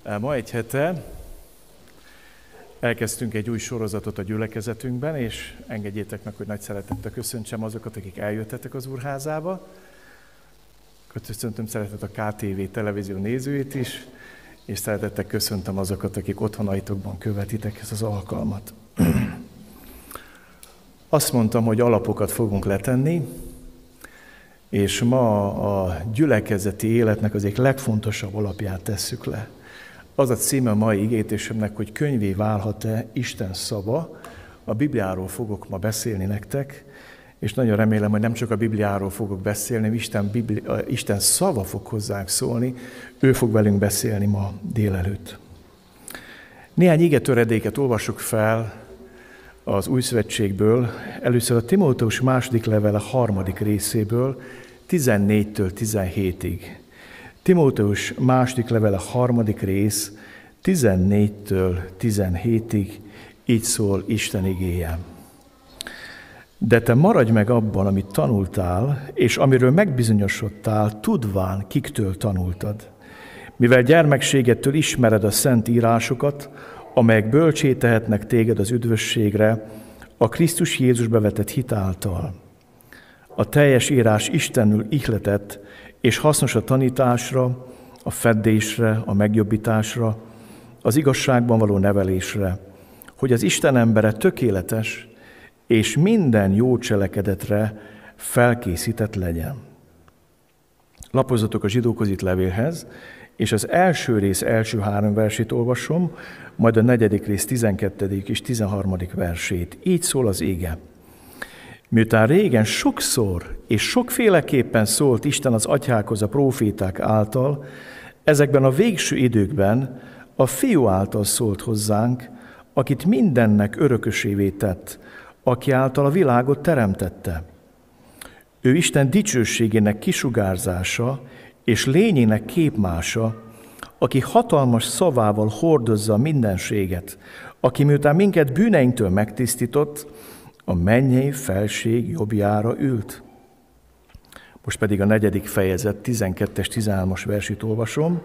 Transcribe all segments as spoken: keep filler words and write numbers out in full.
Ma egy hete elkezdtünk egy új sorozatot a gyülekezetünkben, és engedjétek meg, hogy nagy szeretettel köszöntsem azokat, akik eljöttetek az Úrházába. Köszöntöm szeretettel a ká té vé televízió nézőit is, és szeretettel köszöntöm azokat, akik otthonaitokban követitek ezt az alkalmat. Azt mondtam, hogy alapokat fogunk letenni, és ma a gyülekezeti életnek az egyik legfontosabb alapját tesszük le. Az a címe a mai igétésemnek, hogy könyvé válhat-e Isten szava. A Bibliáról fogok ma beszélni nektek, és nagyon remélem, hogy nem csak a Bibliáról fogok beszélni, hanem Isten, Bibli- Isten szava fog hozzánk szólni, ő fog velünk beszélni ma délelőtt. Néhány igetöredéket olvasok fel az Új Szövetségből, először a Timóteus második levele harmadik részéből, tizennégytől tizenhétig. Timóteus második levele harmadik rész, tizennégytől tizenhétig, így szól Isten igéje. De te maradj meg abban, amit tanultál, és amiről megbizonyosodtál, tudván, kiktől tanultad. Mivel gyermekségettől ismered a szent írásokat, amelyek bölcsé tehetnek téged az üdvösségre, a Krisztus Jézusba vetett hit által. A teljes írás Istenül ihletett, és hasznos a tanításra, a feddésre, a megjobbításra, az igazságban való nevelésre, hogy az Isten embere tökéletes, és minden jó cselekedetre felkészített legyen. Lapozzatok a zsidókhoz írt levélhez, és az első rész első három versét olvasom, majd a negyedik rész tizenkettedik és tizenharmadik versét. Így szól az ége. Miután régen sokszor és sokféleképpen szólt Isten az atyákhoz a próféták által, ezekben a végső időkben a Fiú által szólt hozzánk, akit mindennek örökösévé tett, aki által a világot teremtette. Ő Isten dicsőségének kisugárzása és lényének képmása, aki hatalmas szavával hordozza a mindenséget, aki miután minket bűneinktől megtisztított, a mennyei felség jobbjára ült. Most pedig a negyedik fejezet tizenkettes tizenhármas versét olvasom,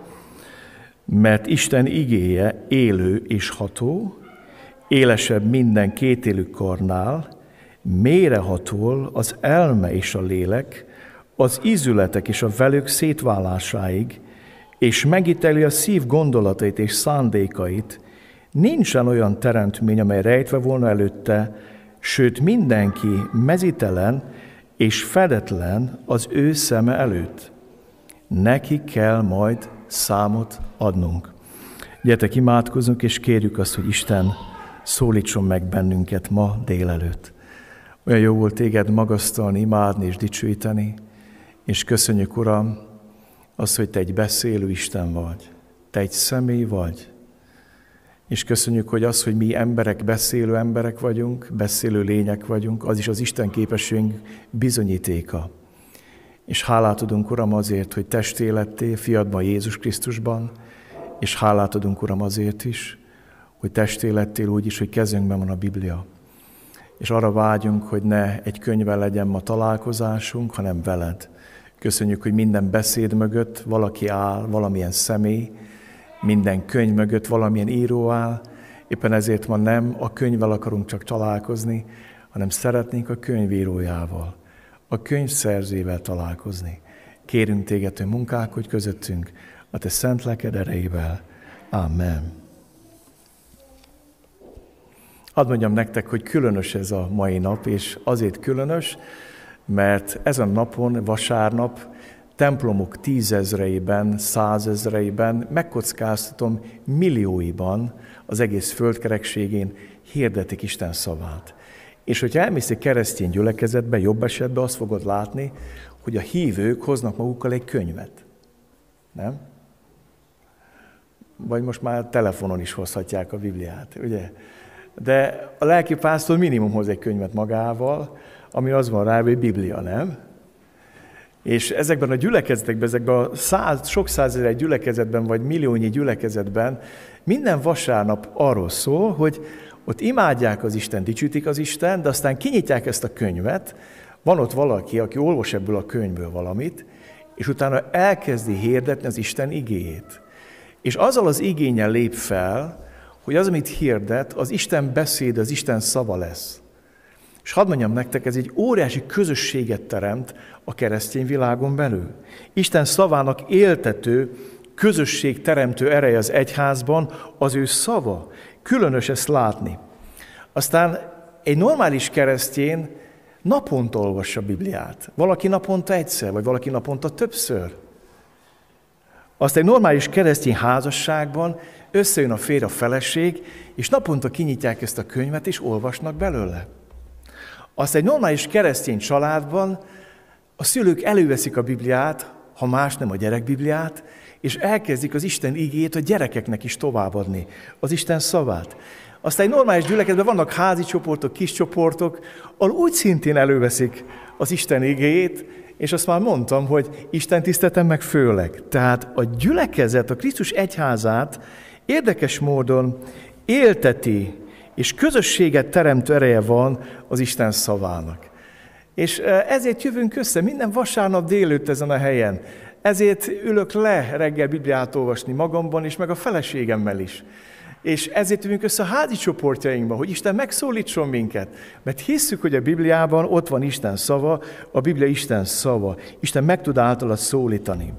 mert Isten igéje élő és ható, élesebb minden kétélű karnál, mélyrehatol az elme és a lélek, az ízületek és a velők szétválásáig, és megíteli a szív gondolatait és szándékait. Nincsen olyan teremtmény, amely rejtve volna előtte, sőt mindenki mezítelen és fedetlen az ő szeme előtt. Neki kell majd számot adnunk. Gyertek, imádkozzunk, és kérjük azt, hogy Isten szólítson meg bennünket ma délelőtt. Olyan jó volt téged magasztalni, imádni és dicsőíteni, és köszönjük, Uram, azt, hogy te egy beszélő Isten vagy, te egy személy vagy, és köszönjük, hogy az, hogy mi emberek, beszélő emberek vagyunk, beszélő lények vagyunk, az is az Isten képességünk bizonyítéka. És hálát adunk, Uram, azért, hogy testé lettél fiadban, Jézus Krisztusban, és hálát adunk, Uram, azért is, hogy testé lettél úgy is, hogy kezünkben van a Biblia. És arra vágyunk, hogy ne egy könyvvel legyen ma találkozásunk, hanem veled. Köszönjük, hogy minden beszéd mögött valaki áll, valamilyen személy, minden könyv mögött valamilyen író áll, éppen ezért ma nem a könyvvel akarunk csak találkozni, hanem szeretnénk a könyvírójával, a könyv szerzőjével találkozni. Kérünk téged, hogy munkálkodj közöttünk a te szent lelked erejével. Amen. Hadd mondjam nektek, hogy különös ez a mai nap, és azért különös, mert ezen a napon, vasárnap, templomok tízezreiben, százezreiben, megkockáztatom millióiban az egész földkerekségén hirdetik Isten szavát. És hogyha elmész egy keresztény gyülekezetbe, jobb esetben azt fogod látni, hogy a hívők hoznak magukkal egy könyvet. Nem? Vagy most már telefonon is hozhatják a Bibliát, ugye? De a lelkipásztor minimum hoz egy könyvet magával, ami az van rá, hogy Biblia, nem? És ezekben a gyülekezetekben, ezekben a száz, sok százezer gyülekezetben, vagy milliónyi gyülekezetben minden vasárnap arról szól, hogy ott imádják az Isten, dicsőítik az Isten, de aztán kinyitják ezt a könyvet, van ott valaki, aki olvas ebből a könyvből valamit, és utána elkezdi hirdetni az Isten igéjét. és azzal az igénnyel lép fel, hogy az, amit hirdet, az Isten beszéd, az Isten szava lesz. És hadd mondjam nektek, ez egy óriási közösséget teremt a keresztény világon belül. Isten szavának éltető, közösség teremtő ereje az egyházban, az ő szava. Különös ezt látni. Aztán egy normális keresztény naponta olvassa a Bibliát. Valaki naponta egyszer, vagy valaki naponta többször. Azt egy normális keresztény házasságban összejön a férj, a feleség, és naponta kinyitják ezt a könyvet, és olvasnak belőle. Azt egy normális keresztény családban a szülők előveszik a Bibliát, ha más nem a gyerekbibliát, és elkezdik az Isten igéjét a gyerekeknek is továbbadni, az Isten szavát. Aztán egy normális gyülekezetben vannak házi csoportok, kis csoportok, ahol úgy szintén előveszik az Isten igéjét, és azt már mondtam, hogy Isten tiszteletem meg főleg. Tehát a gyülekezet, a Krisztus egyházát érdekes módon élteti, és közösséget teremtő ereje van az Isten szavának. És ezért jövünk össze minden vasárnap délőtt ezen a helyen. Ezért ülök le reggel Bibliát olvasni magamban, és meg a feleségemmel is. És ezért jövünk össze a házi csoportjainkban, hogy Isten megszólítson minket. Mert hisszük, hogy a Bibliában ott van Isten szava, a Biblia Isten szava. Isten meg tud általa szólítani.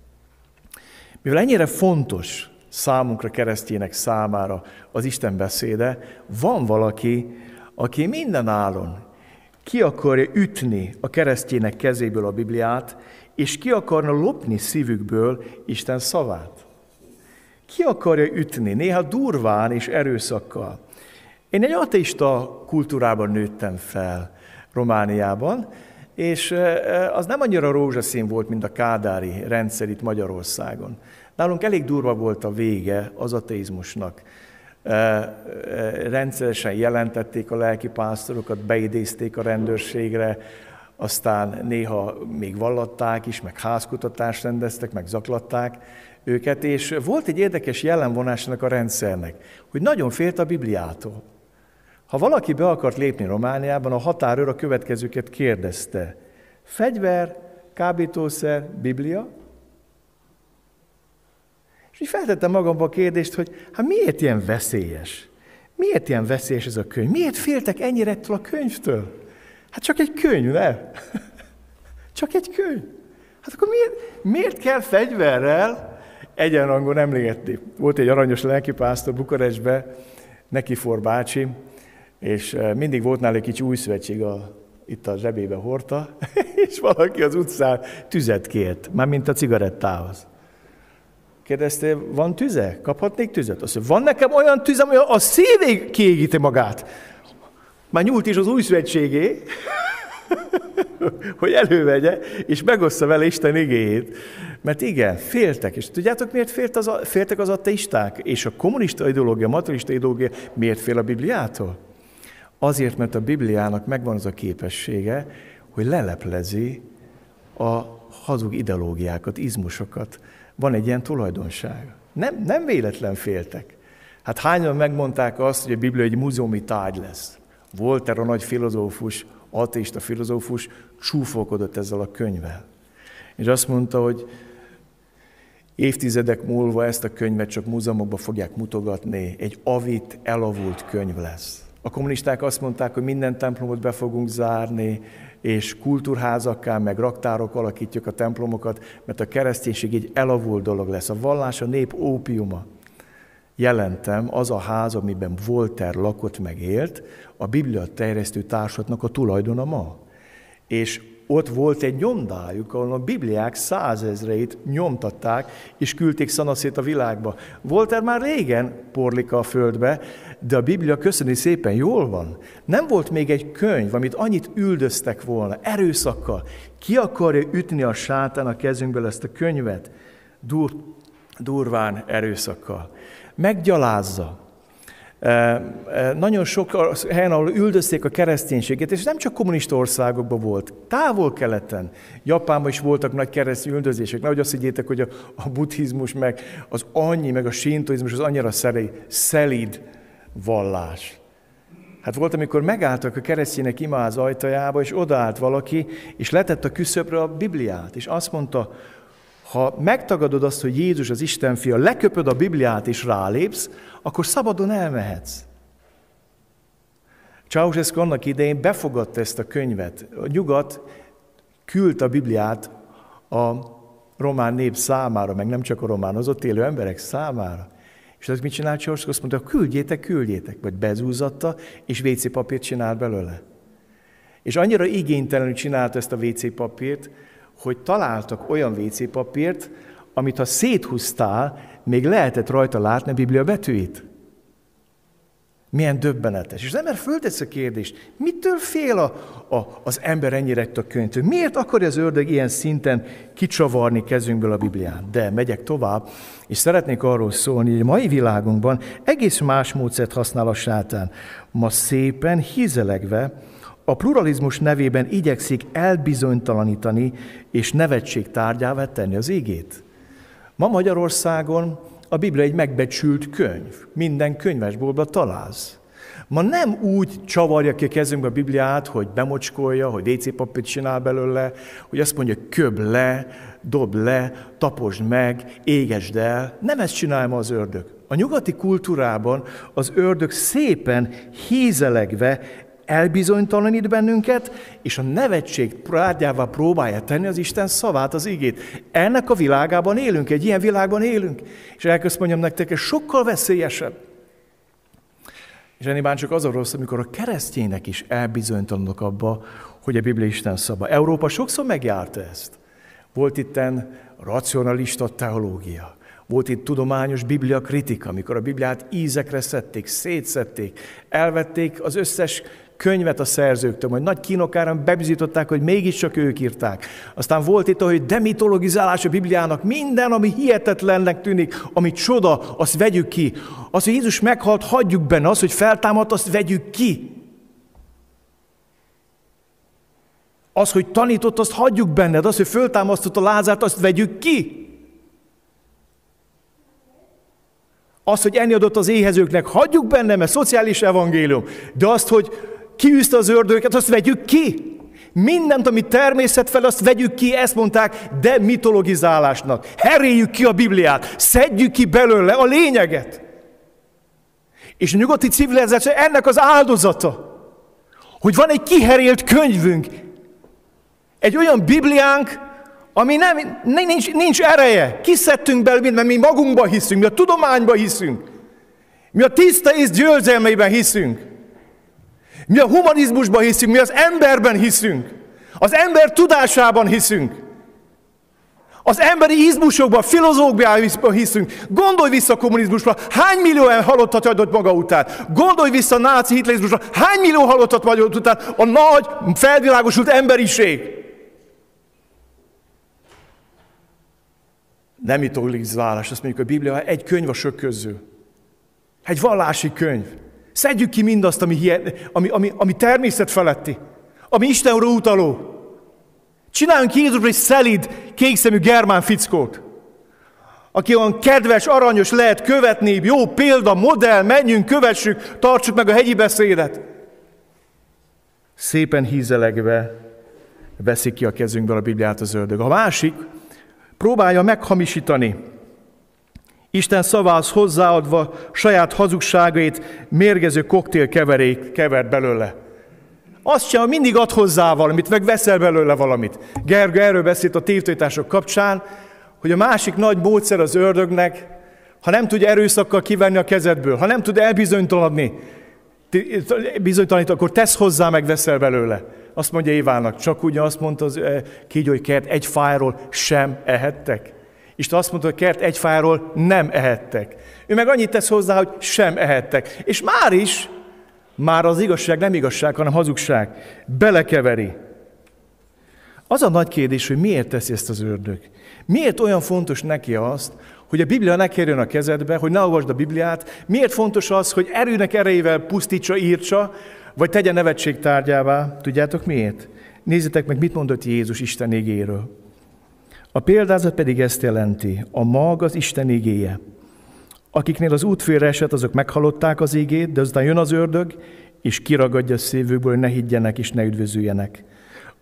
Mivel ennyire fontos számunkra, keresztjének számára az Isten beszéde, van valaki, aki mindenáron ki akarja ütni a keresztjének kezéből a Bibliát, és ki akarna lopni szívükből Isten szavát. Ki akarja ütni, néha durván és erőszakkal. Én egy ateista kultúrában nőttem fel Romániában, és az nem annyira rózsaszín volt, mint a kádári rendszer itt Magyarországon. Nálunk elég durva volt a vége az ateizmusnak. Rendszeresen jelentették a lelkipásztorokat, beidézték a rendőrségre, aztán néha még vallatták is, meg házkutatást rendeztek, meg zaklatták őket, és volt egy érdekes jellemvonásának a rendszernek, hogy nagyon félt a Bibliától. Ha valaki be akart lépni Romániában, a határőr a következőket kérdezte. Fegyver, kábítószer, Biblia? És így feltettem magamba a kérdést, hogy hát miért ilyen veszélyes? Miért ilyen veszélyes ez a könyv? Miért féltek ennyire ettől a könyvtől? Hát csak egy könyv, nem? Csak egy könyv. Hát akkor miért, miért kell fegyverrel egyenrangon emlégetni? Volt egy aranyos lelkipásztor Bukarestben, Nekifor bácsi, és mindig volt nála egy kicsi új szövetség, a, itt a zsebébe hordta, és valaki az utcán tüzet kért, mármint a cigarettához. Kérdezte, van tüze? Kaphatnék tüzet? Azt mondja, van nekem olyan tüze, ami a szívig kiégíti magát. Már nyúlt is az új szövetségé, hogy elővegye, és megossza vele Isten igéjét. Mert igen, féltek. És tudjátok, miért félt az, féltek az ateisták? És a kommunista ideológia, a materialista ideológia miért fél a Bibliától? Azért, mert a Bibliának megvan az a képessége, hogy leleplezi a hazug ideológiákat, izmusokat. Van egy ilyen tulajdonsága. Nem, nem véletlen féltek. Hát hányan megmondták azt, hogy a Biblia egy múzeumi tárgy lesz. Voltaire, a nagy filozófus, ateista filozófus csúfolkodott ezzel a könyvvel. És azt mondta, hogy évtizedek múlva ezt a könyvet csak múzeumokba fogják mutogatni, egy avit, elavult könyv lesz. A kommunisták azt mondták, hogy minden templomot be fogunk zárni, és kultúrházakká, meg raktárok alakítjuk a templomokat, mert a kereszténység egy elavult dolog lesz. A vallás a nép ópiuma. Jelentem, az a ház, amiben Voltaire lakott meg élt, a Biblia terjesztő társulatnak a tulajdona ma. És ott volt egy nyomdájuk, ahol a bibliák százezreit nyomtatták, és küldték szanaszét a világba. Voltaire már régen porlika a földbe, de a Biblia, köszöni szépen, jól van. Nem volt még egy könyv, amit annyit üldöztek volna, erőszakkal. Ki akarja ütni a sátán a kezünkből ezt a könyvet? Dur, durván erőszakkal. Meggyalázza. Nagyon sok helyen, ahol üldözték a kereszténységet, és nem csak kommunista országokban volt, távol-keleten, Japánban is voltak nagy keresztény üldözések. Nehogy azt higgyétek, hogy a, a buddhizmus, meg az annyi, meg a sintoizmus az annyira szelíd vallás. Hát volt, amikor megálltak a keresztények imaház ajtajába, és odaállt valaki, és letett a küszöbre a Bibliát, és azt mondta, Ha megtagadod azt, hogy Jézus az Isten fia, leköpöd a Bibliát és rálépsz, akkor szabadon elmehetsz. Ceausescu annak idején befogadta ezt a könyvet. A nyugat küldte a Bibliát a román nép számára, meg nem csak a román, az ott élő emberek számára. És az mit csinált Ceausescu? Azt mondta, küldjétek, küldjétek. Vagy bezúzatta, és vé cé papírt csinált belőle. És annyira igénytelenül csinálta ezt a vé cé papírt, hogy találtak olyan vé cé papírt, amit ha széthúztál, még lehetett rajta látni a Biblia betűit. Milyen döbbenetes. És az ember föltesz a kérdést, mitől fél a, a, az ember ennyire ettől a könyvtől? Miért akarja az ördög ilyen szinten kicsavarni kezünkből a Bibliát? De megyek tovább, és szeretnék arról szólni, hogy a mai világunkban egész más módszert használ a sátán. Ma szépen, hízelegve, a pluralizmus nevében igyekszik elbizonytalanítani és nevetség tárgyává tenni az igét. Ma Magyarországon a Biblia egy megbecsült könyv. Minden könyvesboltban találsz. Ma nem úgy csavarja ki a kezünkbe a Bibliát, hogy bemocskolja, hogy vé cé papírt csinál belőle, hogy azt mondja, köb le, dob le, taposd meg, égesd el. Nem ezt csinálja ma az ördög. A nyugati kultúrában az ördög szépen hízelegve elbizonytalanít bennünket, és a nevetség tárgyává próbálja tenni az Isten szavát, az igét. Ennek a világában élünk, egy ilyen világban élünk. És elkezd mondjam nektek, ez sokkal veszélyesebb. És ennél csak az a rossz, amikor a keresztények is elbizonytalanodnak abba, hogy a Biblia Isten szava. Európa sokszor megjárta ezt. Volt itten racionalista teológia. Volt itt tudományos Biblia kritika, amikor a Bibliát ízekre szedték, szétszedték, elvették az összes könyvet a szerzőktől, majd nagy kínokáron bebizonyították, hogy mégiscsak ők írták. Aztán volt itt, hogy demitologizálás a Bibliának, minden, ami hihetetlennek tűnik, ami csoda, azt vegyük ki. Az, hogy Jézus meghalt, hagyjuk benne, az, hogy feltámadt, azt vegyük ki. Az, hogy tanított, azt hagyjuk benned, az, hogy föltámasztott a Lázárt, azt vegyük ki. Az, hogy enni adott az éhezőknek, hagyjuk benne, mert szociális evangélium. De azt, hogy kiűzte az ördögöket, azt vegyük ki. Mindent, ami természet fel, azt vegyük ki, ezt mondták demitologizálásnak. Heréljük ki a Bibliát, szedjük ki belőle a lényeget. És a nyugati civilizáció ennek az áldozata, hogy van egy kiherélt könyvünk, egy olyan Bibliánk, ami nem, nincs, nincs ereje. Kiszedtünk belőle, mert mi magunkba hiszünk, mi a tudományba hiszünk. Mi a tiszta ész győzelmeiben hiszünk. Mi a humanizmusban hiszünk, mi az emberben hiszünk. Az ember tudásában hiszünk. Az emberi izmusokban, filozófiában hiszünk. Gondolj vissza a kommunizmusra, hány millió halottat hagyott maga után. Gondolj vissza a náci hitlerizmusra, hány millió halottat hagyott után a nagy, felvilágosult emberiség. Nem mitologizálás, azt mondjuk a Biblia egy könyv a sok közül. Egy vallási könyv. Szedjük ki mindazt, ami, ami, ami, ami természet feletti, ami Istenről utaló. Csináljunk Jézusra egy szelíd, kékszemű germán fickót, aki olyan kedves, aranyos, lehet követni, jó példa, modell, menjünk, kövessük, tartsuk meg a hegyi beszédet. Szépen hízelegve veszik ki a kezünkből a Bibliát az ördög. A másik próbálja meghamisítani. Isten szavához hozzáadva saját hazugságait mérgező koktél keverék kevert belőle. Azt sem, mindig ad hozzá valamit, meg veszel belőle valamit. Gergő erről beszélt a tévtanítások kapcsán, hogy a másik nagy módszer az ördögnek, ha nem tudja erőszakkal kivenni a kezedből, ha nem tud elbizonytalanodni, bizonytalanítani, akkor tesz hozzá, meg veszel belőle. Azt mondja Évának, csak úgy azt mondta az kígyó, hogy kert egy fájról sem ehettek. Isten azt mondta, hogy kert egy fájról nem ehettek. Ő meg annyit tesz hozzá, hogy sem ehettek. És már is, már az igazság nem igazság, hanem hazugság. Belekeveri. Az a nagy kérdés, hogy miért teszi ezt az ördög? Miért olyan fontos neki azt, hogy a Biblia ne kerüljön a kezedbe, hogy ne olvasd a Bibliát? Miért fontos az, hogy erőnek erejével pusztítsa, írtsa, vagy tegye nevetség tárgyává? Tudjátok miért? Nézzétek meg, mit mondott Jézus Isten igéről. A példázat pedig ezt jelenti, a mag az Isten igéje. Akiknél az út félre esett, azok meghallották az igét, de aztán jön az ördög, és kiragadja a szívükből, hogy ne higgyenek és ne üdvözüljenek.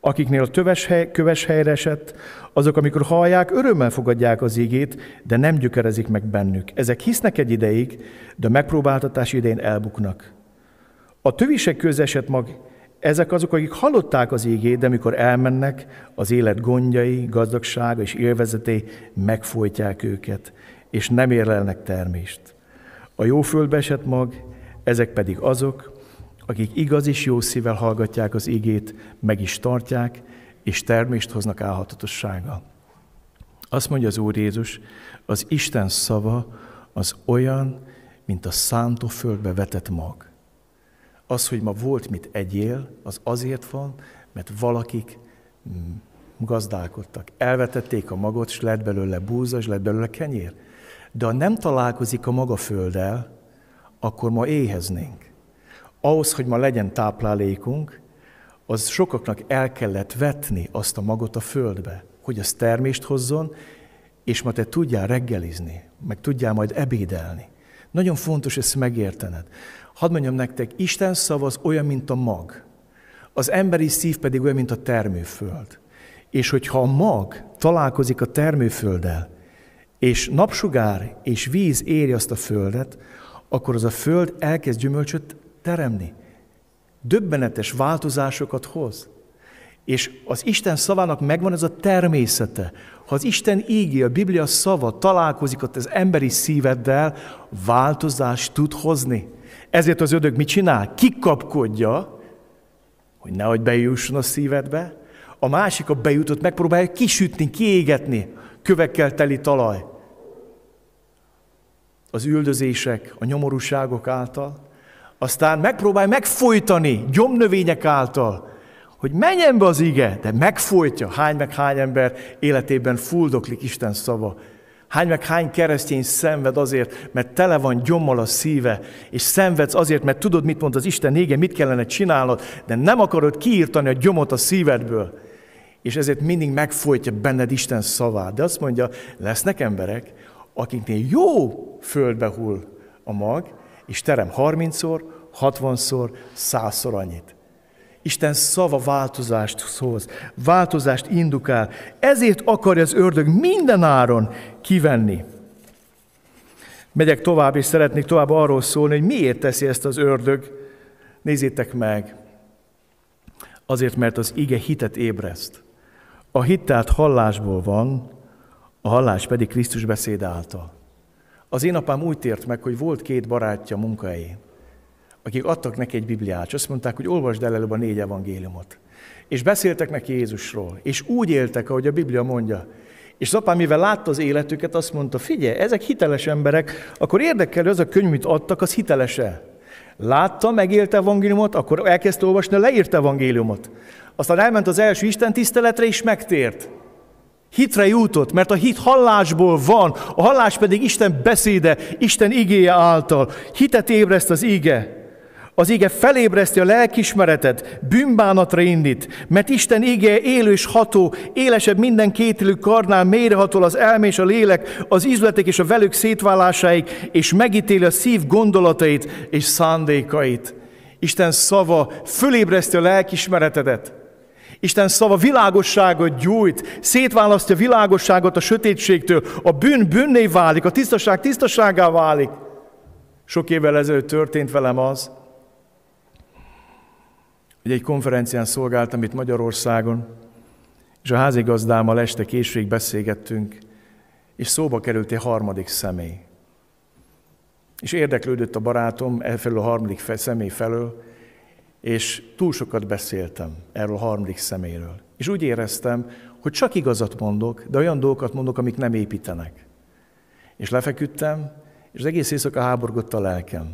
Akiknél a töves hely, köves helyre esett, azok, amikor hallják, örömmel fogadják az igét, de nem gyökerezik meg bennük. Ezek hisznek egy ideig, de a megpróbáltatás idején elbuknak. A tövisek közé esett mag, ezek azok, akik hallották az igét, de amikor elmennek, az élet gondjai, gazdagsága és élvezetei megfojtják őket, és nem érlelnek termést. A jó földbe esett mag, ezek pedig azok, akik igaz és jó szívvel hallgatják az igét, meg is tartják, és termést hoznak álhatatossággal. Azt mondja az Úr Jézus, az Isten szava az olyan, mint a szántóföldbe vetett mag. Az, hogy ma volt, mit egyél, az azért van, mert valakik gazdálkodtak. Elvetették a magot, és lett belőle búza, és lett belőle kenyér. De ha nem találkozik a maga földdel, akkor ma éheznénk. Ahhoz, hogy ma legyen táplálékunk, az sokaknak el kellett vetni azt a magot a földbe, hogy az termést hozzon, és ma te tudjál reggelizni, meg tudjál majd ebédelni. Nagyon fontos ezt megértened. Hadd mondjam nektek, Isten szava az olyan, mint a mag. Az emberi szív pedig olyan, mint a termőföld. És hogyha a mag találkozik a termőfölddel, és napsugár és víz éri azt a földet, akkor az a föld elkezd gyümölcsöt teremni. Döbbenetes változásokat hoz. És az Isten szavának megvan ez a természete. Ha az Isten ígé, a Biblia szava találkozik ott az emberi szíveddel, változást tud hozni. Ezért az ördög mit csinál? Kikapkodja, hogy nehogy bejusson a szívedbe. A másik a bejutott megpróbálja kisütni, kiégetni, kövekkel teli talaj. Az üldözések, a nyomorúságok által. Aztán megpróbálja megfojtani gyomnövények által, hogy menjen be az ige, de megfojtja. Hány meg hány ember életében fuldoklik Isten szava. Hány meg hány keresztény szenved azért, mert tele van gyommal a szíve, és szenvedsz azért, mert tudod, mit mond az Isten ége, mit kellene csinálnod, de nem akarod kiírtani a gyomot a szívedből. És ezért mindig megfojtja benned Isten szavát. De azt mondja, lesznek emberek, akiknél jó földbe hull a mag, és terem harmincszor, hatvanszor, százszor annyit. Isten szava változást hoz, változást indukál. Ezért akarja az ördög minden áron kivenni. Megyek tovább, és szeretnék tovább arról szólni, hogy miért teszi ezt az ördög. Nézzétek meg. Azért, mert az ige hitet ébreszt. A hit tehát hallásból van, a hallás pedig Krisztus beszéd által. Az én apám úgy tért meg, hogy volt két barátja munkahelyén, akik adtak neki egy Bibliát, és azt mondták, hogy olvasd el előbb a négy evangéliumot. És beszéltek neki Jézusról, és úgy éltek, ahogy a Biblia mondja. És az apám, mivel látta az életüket, azt mondta, figyelj, ezek hiteles emberek, akkor érdekel, az a könyv, amit adtak, az hiteles-e? Látta, megélte evangéliumot, akkor elkezdte olvasni a leírt evangéliumot. Aztán elment az első Isten tiszteletre, és megtért. Hitre jutott, mert a hit hallásból van, a hallás pedig Isten beszéde, Isten igéje által. Hitet ébreszt az ige. Az ige felébreszti a lelkiismeretet, bűnbánatra indít, mert Isten igéje élő és ható, élesebb minden kétélű karnál, mélyrehatol az elme és a lélek, az ízletek és a velük szétválásáig, és megítéli a szív gondolatait és szándékait. Isten szava fölébreszti a lelkiismeretedet. Isten szava világosságot gyújt, szétválasztja világosságot a sötétségtől, a bűn bűnné válik, a tisztaság tisztasággá válik. Sok évvel ezelőtt történt velem az, hogy egy konferencián szolgáltam itt Magyarországon, és a házigazdámmal este későig beszélgettünk, és szóba került egy harmadik személy. És érdeklődött a barátom elfelől a harmadik személy felől, és túl sokat beszéltem erről a harmadik szeméről. És úgy éreztem, hogy csak igazat mondok, de olyan dolgokat mondok, amik nem építenek. És lefeküdtem, és az egész éjszaka háborgott a lelkem.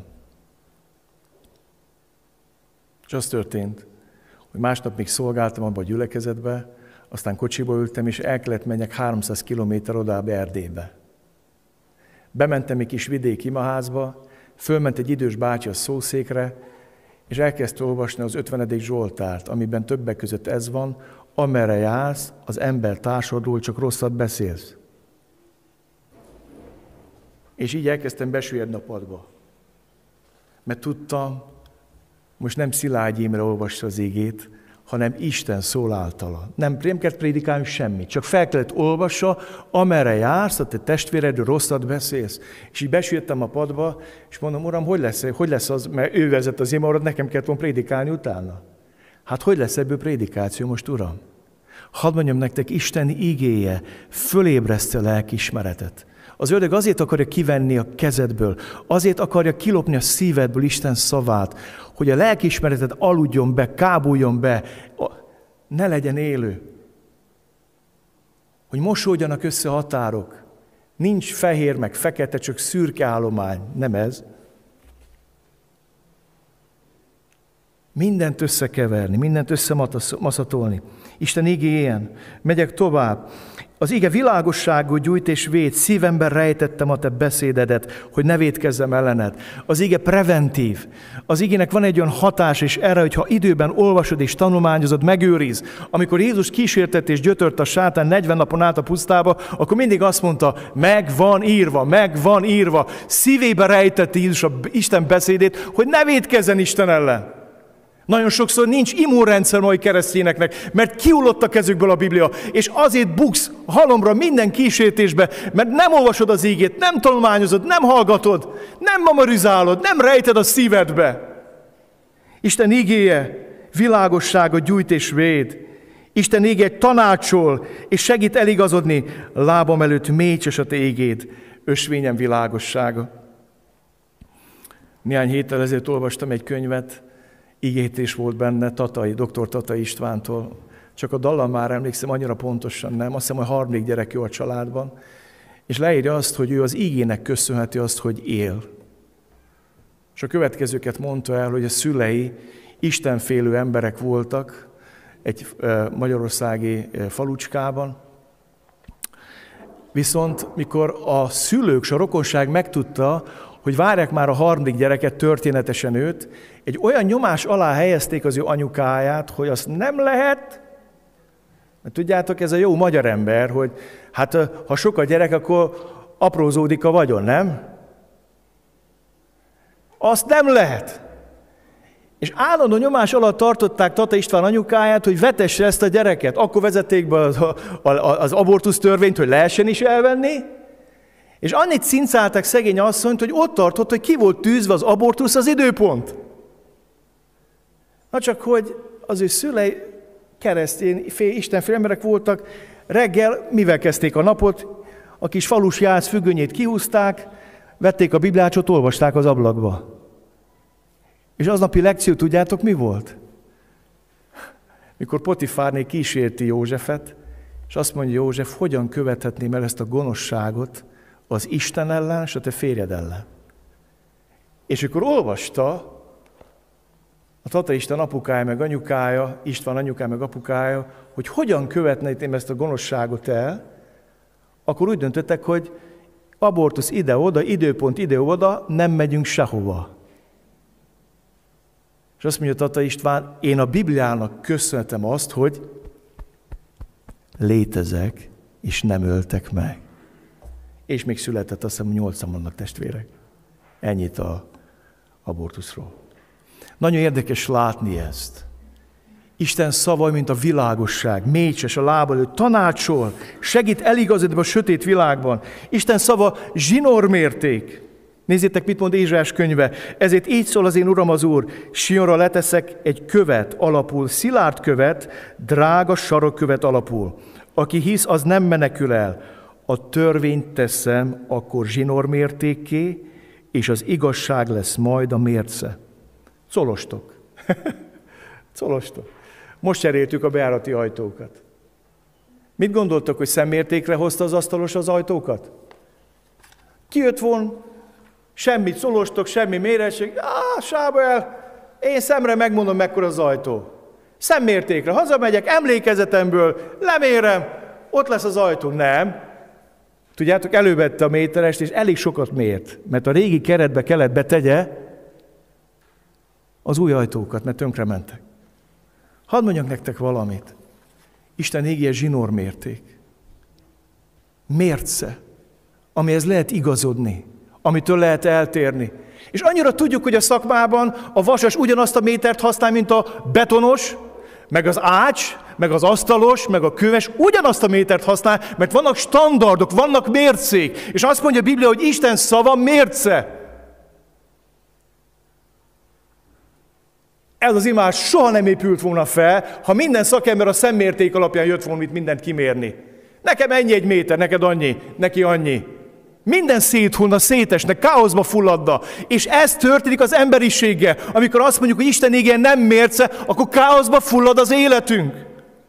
És az történt, hogy másnap még szolgáltam abba a gyülekezetbe, aztán kocsiba ültem, és el kellett menjek háromszáz kilométer odább Erdélybe. Bementem egy kis vidéki imaházba, fölment egy idős bácsi a szószékre, és elkezdte olvasni az ötvenedik Zsoltárt, amiben többek között ez van, amerre jársz, az ember társadról csak rosszat beszélsz. És így elkezdtem besüllyedni a padba. Mert tudtam, most nem Szilágyi Imre olvassa az igét, hanem Isten szól általa. Nem, nem kellett prédikálni semmit, csak fel kellett olvassa, amerre jársz, a te testvéredről rosszat beszélsz. És így besültem a padba, és mondom, Uram, hogy lesz, hogy lesz az, mert ő vezet az imaorat, nekem kellett volna prédikálni utána. Hát hogy lesz ebből prédikáció most, Uram? Hadd mondjam nektek, Isten igéje fölébreszte a lelkiismeretet. Az ördög azért akarja kivenni a kezedből, azért akarja kilopni a szívedből Isten szavát, hogy a lelkiismereted aludjon be, kábuljon be, ne legyen élő. Hogy mosódjanak össze határok. Nincs fehér meg fekete, csak szürke állomány. Nem ez. Mindent összekeverni, mindent összemaszatolni. Isten igéjén. Megyek tovább. Az ige világosságot gyújt és véd, szívemben rejtettem a te beszédedet, hogy ne vétkezzem ellened. Az ige preventív. Az igének van egy olyan hatás, és erre, hogyha időben olvasod és tanulmányozod, megőriz. Amikor Jézus kísértett és gyötört a sátán negyven napon át a pusztába, akkor mindig azt mondta, meg van írva, meg van írva. Szívébe rejtette Jézus a Isten beszédét, hogy ne vétkezzen Isten ellen. Nagyon sokszor nincs immunrendszer mai keresztényeknek, mert kiullott a kezükből a Biblia, és azért buksz halomra minden kísértésbe, mert nem olvasod az ígét, nem tanulmányozod, nem hallgatod, nem memorizálod, nem rejted a szívedbe. Isten ígéje világosságot gyújt és véd. Isten ígéje tanácsol, és segít eligazodni. Lábam előtt mécses a te ígéd, ösvényem világossága. Néhány héttel ezért olvastam egy könyvet, igétés volt benne Tatai, doktor Tatai Istvántól. Csak a dallam már emlékszem, annyira pontosan nem. Azt hiszem, hogy harmadik gyerek jó a családban. És leírja azt, hogy ő az igének köszönheti azt, hogy él. És a következőket mondta el, hogy a szülei istenfélő emberek voltak egy magyarországi falucskában. Viszont mikor a szülők, a rokonság megtudta, hogy várják már a harmadik gyereket, történetesen őt, egy olyan nyomás alá helyezték az ő anyukáját, hogy azt nem lehet, mert tudjátok, ez a jó magyar ember, hogy hát ha sok a gyerek, akkor aprózódik a vagyon, nem? Azt nem lehet. És állandó nyomás alatt tartották Tata István anyukáját, hogy vetesse ezt a gyereket. Akkor vezették be az, az abortusz törvényt, hogy lehessen is elvenni, és annyit cincálták szegény asszonyt, hogy ott tartott, hogy ki volt tűzve az abortusz az időpont. Na csak, hogy az ő szülei keresztény, istenfél emberek voltak, reggel mivel kezdték a napot, a kis falus Jász függönyét kihúzták, vették a Bibliácsot, olvasták az ablakba. És aznapi lekció, tudjátok mi volt? Mikor Potifárné kísérti Józsefet, és azt mondja József, hogyan követhetném el ezt a gonoszságot az Isten ellen, és a te férjed ellen. És akkor olvasta a Tata Isten apukája, meg anyukája, István anyukája, meg apukája, hogy hogyan követném ezt a gonoszságot el, akkor úgy döntöttek, hogy abortusz ide-oda, időpont ide-oda, nem megyünk sehova. És azt mondja Tata István, én a Bibliának köszönhetem azt, hogy létezek, és nem öltek meg. És még született, azt hiszem, nyolcan vannak testvérek. Ennyit a abortuszról. Nagyon érdekes látni ezt. Isten szava, mint a világosság, mécses a lába előtt, tanácsol, segít eligazodni a sötét világban. Isten szava zsinórmérték. Nézzétek, mit mond Ézsaiás könyve. Ezért így szól az én Uram az Úr, Sionra leteszek egy követ alapul, szilárd követ, drága sarokkövet alapul. Aki hisz, az nem menekül el. A törvényt teszem akkor zsinórmértékké, és az igazság lesz majd a mérce. Colostok. Colostok. Most cseréltük a bejárati ajtókat. Mit gondoltok, hogy szemmértékre hozta az asztalos az ajtókat? Kijött volna, semmit szolostok, semmi mérettség. Á, Sámuel, én szemre megmondom, mekkora az ajtó. Szemmértékre hazamegyek, emlékezetemből lemérem, ott lesz az ajtó. Nem. Tudjátok, elővette a méterest, és elég sokat mért, mert a régi keretbe kellett betegye az új ajtókat, mert tönkre mentek. Hadd mondjak nektek valamit. Isten igéje zsinórmérték. Mérce, amihez lehet igazodni, amitől lehet eltérni. És annyira tudjuk, hogy a szakmában a vasas ugyanazt a métert használ, mint a betonos, meg az ács, meg az asztalos, meg a köves ugyanazt a métert használ, mert vannak standardok, vannak mércék. És azt mondja a Biblia, hogy Isten szava mérce. Ez az imás soha nem épült volna fel, ha minden szakember a szemmérték alapján jött volna itt mindent kimérni. Nekem ennyi egy méter, neked annyi, neki annyi. Minden széthullna, szétesne, káoszba fulladna. És ez történik az emberiséggel. Amikor azt mondjuk, hogy Isten igéje nem mérce, akkor káoszba fullad az életünk.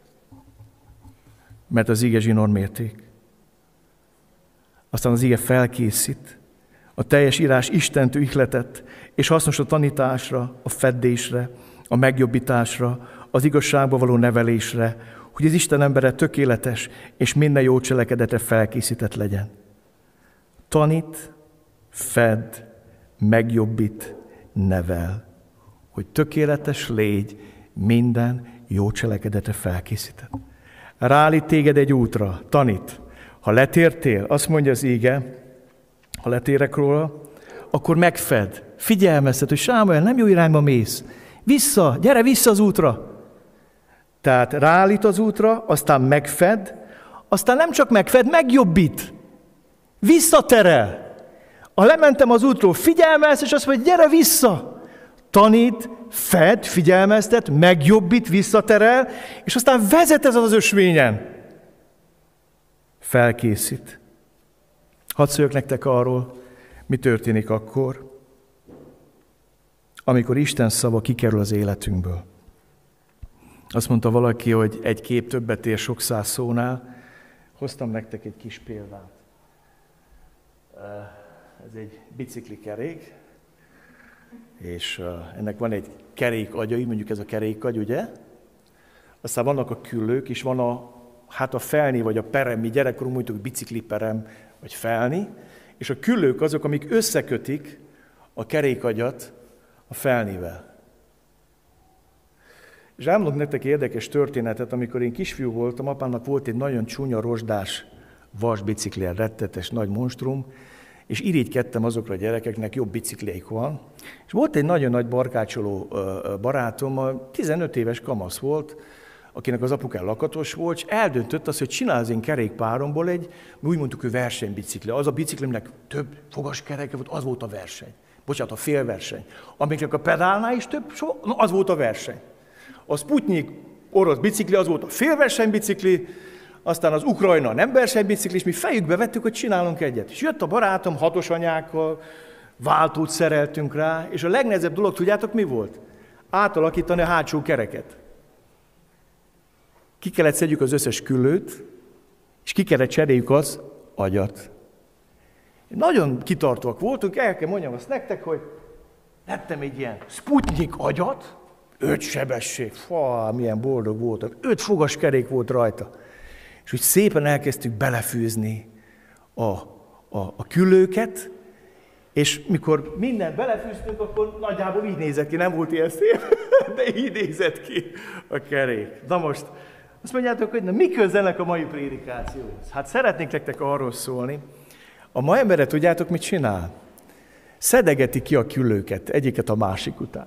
Mert az ige zsinór mérték. Aztán az ige felkészít. A teljes írás Istentől ihletett, és hasznos a tanításra, a feddésre, a megjobbításra, az igazságba való nevelésre, hogy az Isten embere tökéletes, és minden jó cselekedetre felkészített legyen. Tanít, fedd, megjobbít, nevel, hogy tökéletes légy, minden jó cselekedetre felkészített. Ráállít téged egy útra, tanít. Ha letértél, azt mondja az íge, ha letérek róla, akkor megfed, figyelmeztet, hogy Sámuel, nem jó irányba mész. Vissza, gyere vissza az útra. Tehát ráállít az útra, aztán megfed, aztán nem csak megfed, megjobbít. Visszaterel. Ha lementem az útról, figyelmez, és azt mondja, gyere vissza. Tanít, fed, figyelmeztet, megjobbít, visszaterel, és aztán vezet ez az ösvényen. Felkészít. Hadd szóljak nektek arról, mi történik akkor, amikor Isten szava kikerül az életünkből. Azt mondta valaki, hogy egy kép többet ér sok száz szónál. Hoztam nektek egy kis példát. Ez egy biciklikerék, és ennek van egy kerékagya, így mondjuk ez a kerékagy, ugye? Aztán vannak a küllők, és van a, hát a felni, vagy a perem, mi gyerekkorunk mondjuk bicikliperem, vagy felni, és a küllők azok, amik összekötik a kerékagyat a felnivel. És elmondok nektek érdekes történetet, amikor én kisfiú voltam, apámnak volt egy nagyon csúnya rozsdás vasbicikliel, rettetes nagy monstrum, és irigykedtem azokra a gyerekeknek, jobb biciklék van. És volt egy nagyon nagy barkácsoló barátom, tizenöt éves kamasz volt, akinek az apukája lakatos volt, és eldöntött azt, hogy csinál az én kerékpáromból egy, úgy mondtuk, hogy versenybicikli. Az a biciklimnek több fogaskereke volt, az volt a verseny. Bocsánat, a félverseny. Amiknek a pedálnál is több, az volt a verseny. A Sputnik orosz bicikli, az volt a félversenybicikli, aztán az Ukrajna nem versenybicikli, és mi fejükbe vettük, hogy csinálunk egyet. És jött a barátom hatos anyákkal, váltót szereltünk rá, és a legnehezebb dolog, tudjátok mi volt? Átalakítani a hátsó kereket. Ki kellett szedjük az összes küllőt, és ki kellett cseréljük az agyat. Nagyon kitartóak voltunk, el kell mondjam azt nektek, hogy vettem egy ilyen Sputnik agyat, öt sebesség, fá, milyen boldog voltam, öt fogaskerék volt rajta. És úgy szépen elkezdtük belefűzni a, a, a küllőket, és mikor mindent belefűztünk, akkor nagyjából így nézett ki, nem volt ilyen szép, de így nézett ki a kerék. Na most, azt mondjátok, hogy na, mi közelnek a mai prédikációhoz? Hát szeretnék nektek arról szólni, a ma embere tudjátok, mit csinál? Szedegeti ki a küllőket, egyiket a másik után.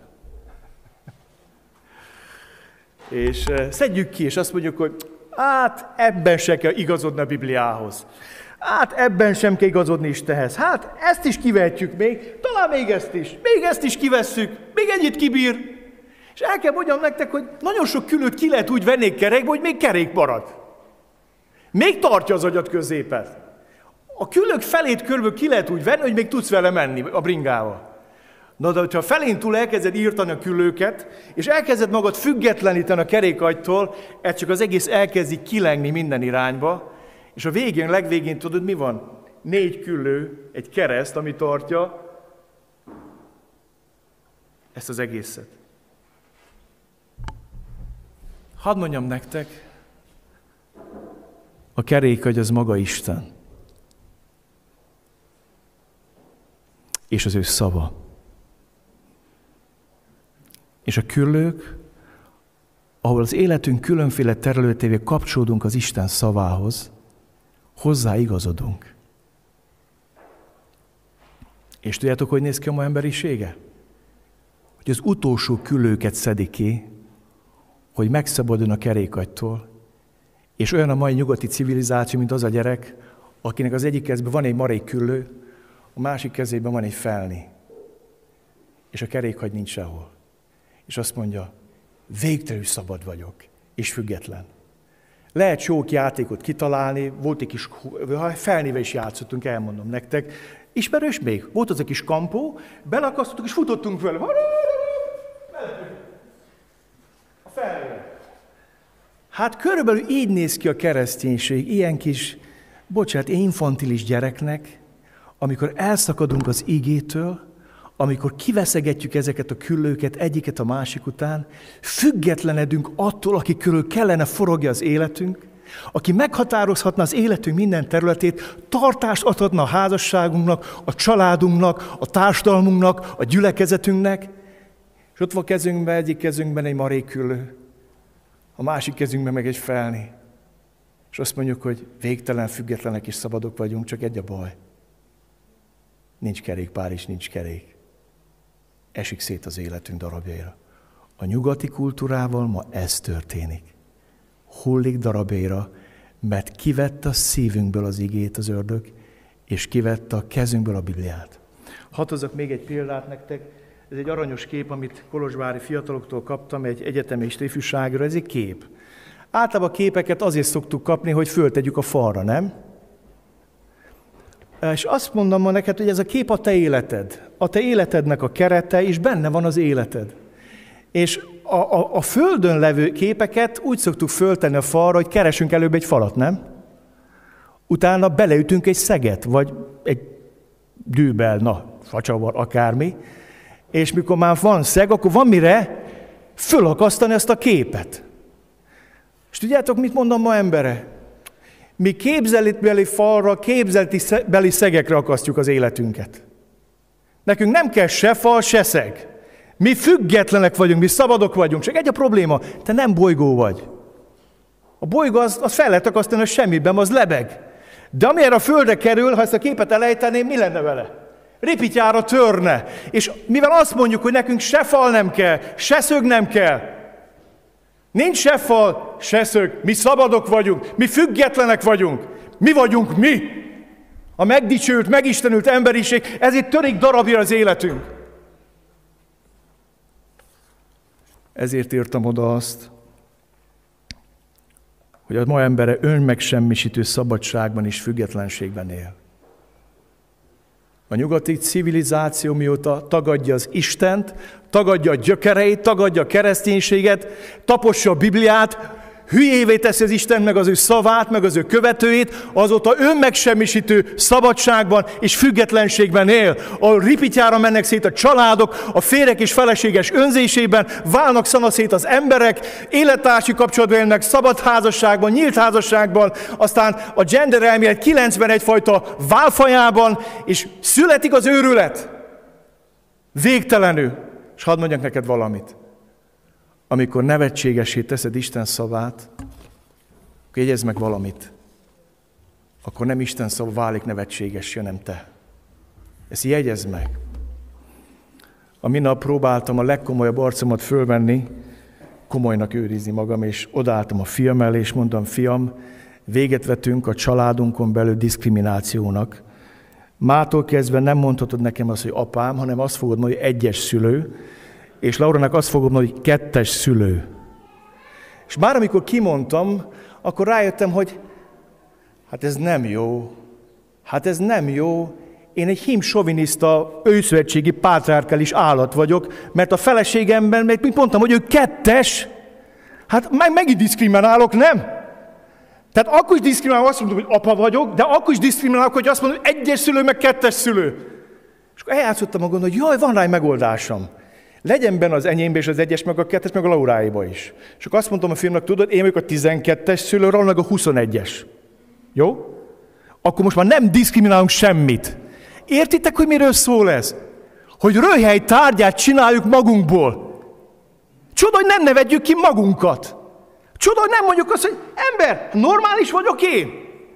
És szedjük ki, és azt mondjuk, hogy hát ebben se kell igazodni a Bibliához. Hát ebben sem kell igazodni Istenhez. Hát ezt is kivetjük még, talán még ezt is. Még ezt is kivesszük, még ennyit kibír. És el kell mondjam nektek, hogy nagyon sok külőt ki lehet úgy venni kerékbe, hogy még kerék marad. Még tartja az agyat középet. A külők felét körülbelül ki lehet úgy venni, hogy még tudsz vele menni a bringával. Na, de hogyha feléntúl elkezded írtani a küllőket, és elkezded magad függetleníteni a kerékagytól, ez csak az egész elkezdi kilengni minden irányba, és a végén, legvégén tudod, mi van? Négy küllő, egy kereszt, ami tartja ezt az egészet. Hadd mondjam nektek, a kerékagy az maga Isten. És az ő szava. És a küllők, ahol az életünk különféle területévé kapcsolódunk az Isten szavához, hozzá igazodunk. És tudjátok, hogy néz ki a ma emberisége? Hogy az utolsó küllőket szedi ki, hogy megszabaduljon a kerékagytól, és olyan a mai nyugati civilizáció, mint az a gyerek, akinek az egyik kezben van egy marékküllő, a másik kezében van egy felni, és a kerékhagy nincs sehol. És azt mondja, végtelenül szabad vagyok, és független. Lehet sok játékot kitalálni, volt egy kis, felnéve is játszottunk, elmondom nektek. Ismerős még? Volt az a kis kampó, belakasztottuk, és futottunk vele. A felnéve. Hát körülbelül így néz ki a kereszténység, ilyen kis, bocsánat, infantilis gyereknek, amikor elszakadunk az igétől, amikor kiveszegetjük ezeket a küllőket egyiket a másik után, függetlenedünk attól, aki körül kellene forogja az életünk, aki meghatározhatna az életünk minden területét, tartást adhatna a házasságunknak, a családunknak, a társadalmunknak, a gyülekezetünknek, és ott van kezünkben, egyik kezünkben egy marékküllő, a másik kezünkben meg egy felni. És azt mondjuk, hogy végtelen függetlenek és szabadok vagyunk, csak egy a baj. Nincs kerékpár és nincs kerék. Esik szét az életünk darabjaira. A nyugati kultúrával ma ez történik. Hullik darabjaira, mert kivette a szívünkből az igét az ördög, és kivette a kezünkből a Bibliát. Hadd hozzak még egy példát nektek. Ez egy aranyos kép, amit kolozsvári fiataloktól kaptam, egy egyetemi és ifjúságra. Ez egy kép. Általában a képeket azért szoktuk kapni, hogy föltegyük a falra, nem? És azt mondom ma neked, hogy ez a kép a te életed. A te életednek a kerete, és benne van az életed. És a, a, a földön levő képeket úgy szoktuk föltenni a falra, hogy keresünk előbb egy falat, nem? Utána beleütünk egy szeget, vagy egy dűbel, na, facsavar, akármi. És mikor már van szeg, akkor van mire fölakasztani ezt a képet. És tudjátok, mit mondom ma embere? Mi képzeletbeli falra, képzeletbeli szegekre akasztjuk az életünket. Nekünk nem kell se fal, se szeg. Mi függetlenek vagyunk, mi szabadok vagyunk. Csak egy a probléma, te nem bolygó vagy. A bolygó az, az fel lehet akasztani a semmiben, az lebeg. De amilyen a földre kerül, ha ezt a képet elejteném, mi lenne vele? Ripityára törne. És mivel azt mondjuk, hogy nekünk se fal nem kell, se szög nem kell, nincs se fal, se szög, mi szabadok vagyunk, mi függetlenek vagyunk, mi vagyunk mi. A megdicsült, megistenült emberiség, ezért törik darabja az életünk. Ezért írtam oda azt, hogy a ma embere önmegsemmisítő szabadságban és függetlenségben él. A nyugati civilizáció mióta tagadja az Istent, tagadja a gyökereit, tagadja a kereszténységet, tapossa a Bibliát, hülyévé teszi az Isten meg az ő szavát, meg az ő követőit, azóta önmegsemmisítő szabadságban és függetlenségben él. A ripityára mennek szét a családok, a férjek és feleséges önzésében, válnak szanaszét az emberek, élettársi kapcsolatban élnek, szabad házasságban, nyílt házasságban, aztán a gender elmélet kilencvenegy fajta válfajában, és születik az őrület. Végtelenül. És hadd mondjak neked valamit. Amikor nevetségessé teszed Isten szavát, akkor jegyezd meg valamit. Akkor nem Isten szava válik nevetségessé, hanem te. Ezt jegyezd meg. A minap próbáltam a legkomolyabb arcomat fölvenni, komolynak őrizni magam, és odaálltam a fiam elé, és mondtam, fiam, véget vetünk a családunkon belül diszkriminációnak. Mától kezdve nem mondhatod nekem azt, hogy apám, hanem azt fogod mondani, hogy egyes szülő, és Laurának azt fogom mondani, hogy kettes szülő. És már amikor kimondtam, akkor rájöttem, hogy hát ez nem jó. Hát ez nem jó. Én egy hímsoviniszta, őszövetségi pátriárkális állat vagyok, mert a feleségemben, mint mondtam, hogy ő kettes, hát meg, megint diszkriminálok, nem? Tehát akkor is diszkriminálok, azt mondom, hogy apa vagyok, de akkor is diszkriminálok, hogy azt mondom, hogy egyes szülő, meg kettes szülő. És akkor eljátszottam magam, hogy jaj, van rá egy megoldásom. Legyen benne az enyémbe és az egyes, meg a kettes, meg a Lauráéba is. És akkor azt mondtam a filmnek, tudod, én vagyok a tizenkettes szülő, Raúl meg a huszonegyes. Jó? Akkor most már nem diszkriminálunk semmit. Értitek, hogy miről szól ez? Hogy röhely tárgyát csináljuk magunkból. Csoda, hogy nem nevetjük ki magunkat. Csoda, hogy nem mondjuk azt, hogy ember, normális vagyok én.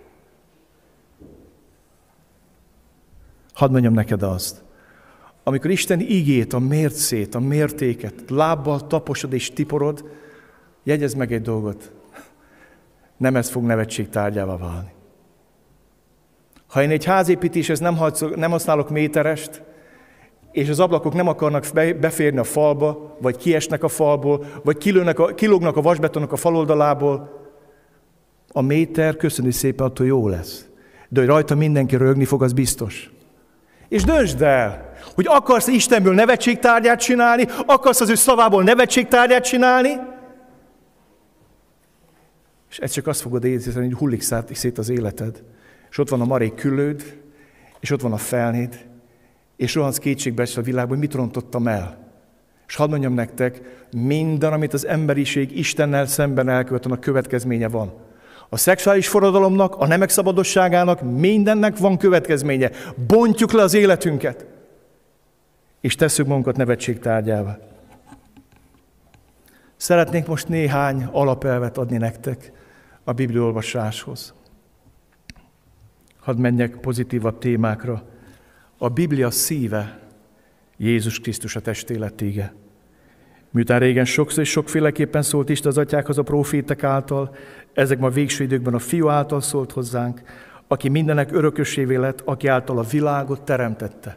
Hadd mondjam neked azt. Amikor Isten igét, a mércét, a mértéket lábbal taposod és tiporod, Jegyezd meg egy dolgot, nem ez fog nevetség tárgyává válni. Ha én egy házépítéshez nem, nem használok méterest, és az ablakok nem akarnak beférni a falba, vagy kiesnek a falból, vagy kilőnek a, kilógnak a vasbetonok a faloldalából, a méter, köszöni szépen, attól jó lesz. De hogy rajta mindenki rögni fog, az biztos. És döntsd el, hogy akarsz Istenből nevetségtárgyát csinálni, akarsz az ő szavából nevetségtárgyát csinálni, és ez csak azt fogod érezni, hogy hullik szét az életed. És ott van a marék küllőd, és ott van a felnéd, és rohansz kétségbe a világban, hogy mit rontottam el. És hadd mondjam nektek, minden, amit az emberiség Istennel szemben elkövet, annak következménye van. A szexuális forradalomnak, a nemek szabadosságának, mindennek van következménye. Bontjuk le az életünket, és tesszük magunkat nevetségtárgyává. Szeretnék most néhány alapelvet adni nektek a bibliaolvasáshoz. Hadd menjek pozitívabb témákra. A Biblia szíve Jézus Krisztus a testéletége. Miután régen sokszor és sokféleképpen szólt Isten az atyákhoz a prófétek által, ezek ma végső időkben a Fiú által szólt hozzánk, aki mindenek örökösévé lett, aki által a világot teremtette.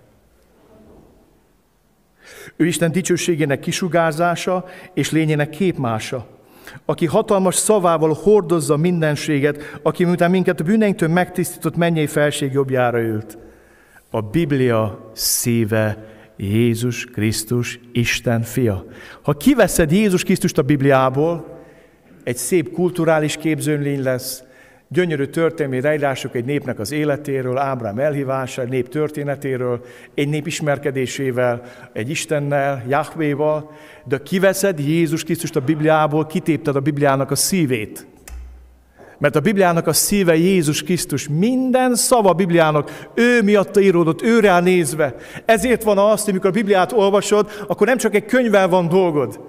Ő Isten dicsőségének kisugárzása és lényének képmása, aki hatalmas szavával hordozza mindenséget, aki miután minket a bűneinktől megtisztított mennyei felség jobbjára ült. A Biblia szíve Jézus Krisztus, Isten fia. Ha kiveszed Jézus Krisztust a Bibliából, egy szép kulturális képzőlény lesz, gyönyörű történelmi leírások egy népnek az életéről, Ábrám elhívása, egy nép történetéről, egy nép ismerkedésével, egy Istennel, Jahvéval, de kiveszed Jézus Krisztust a Bibliából, kitépted a Bibliának a szívét. Mert a Bibliának a szíve Jézus Krisztus, minden szava a Bibliának, ő miatta íródott, őre nézve. Ezért van az, hogy amikor a Bibliát olvasod, akkor nem csak egy könyvvel van dolgod.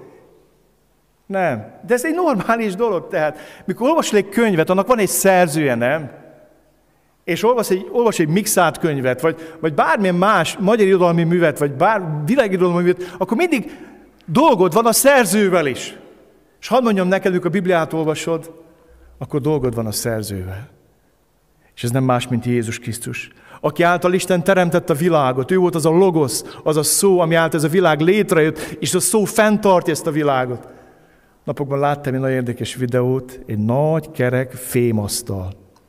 Nem. De ez egy normális dolog. Tehát, mikor olvasol egy könyvet, annak van egy szerzője, nem? És olvas egy, olvas egy mixált könyvet, vagy, vagy bármilyen más magyar irodalmi művet, vagy bár világirodalmi művet, akkor mindig dolgod van a szerzővel is. És hadd mondjam neked, amikor a Bibliát olvasod, akkor dolgod van a szerzővel. És ez nem más, mint Jézus Krisztus, aki által Isten teremtette a világot. Ő volt az a logosz, az a szó, ami által ez a világ létrejött, és a szó fenntartja ezt a világot. Napokban láttam egy nagyon érdekes videót, egy nagy kerek fémasztal.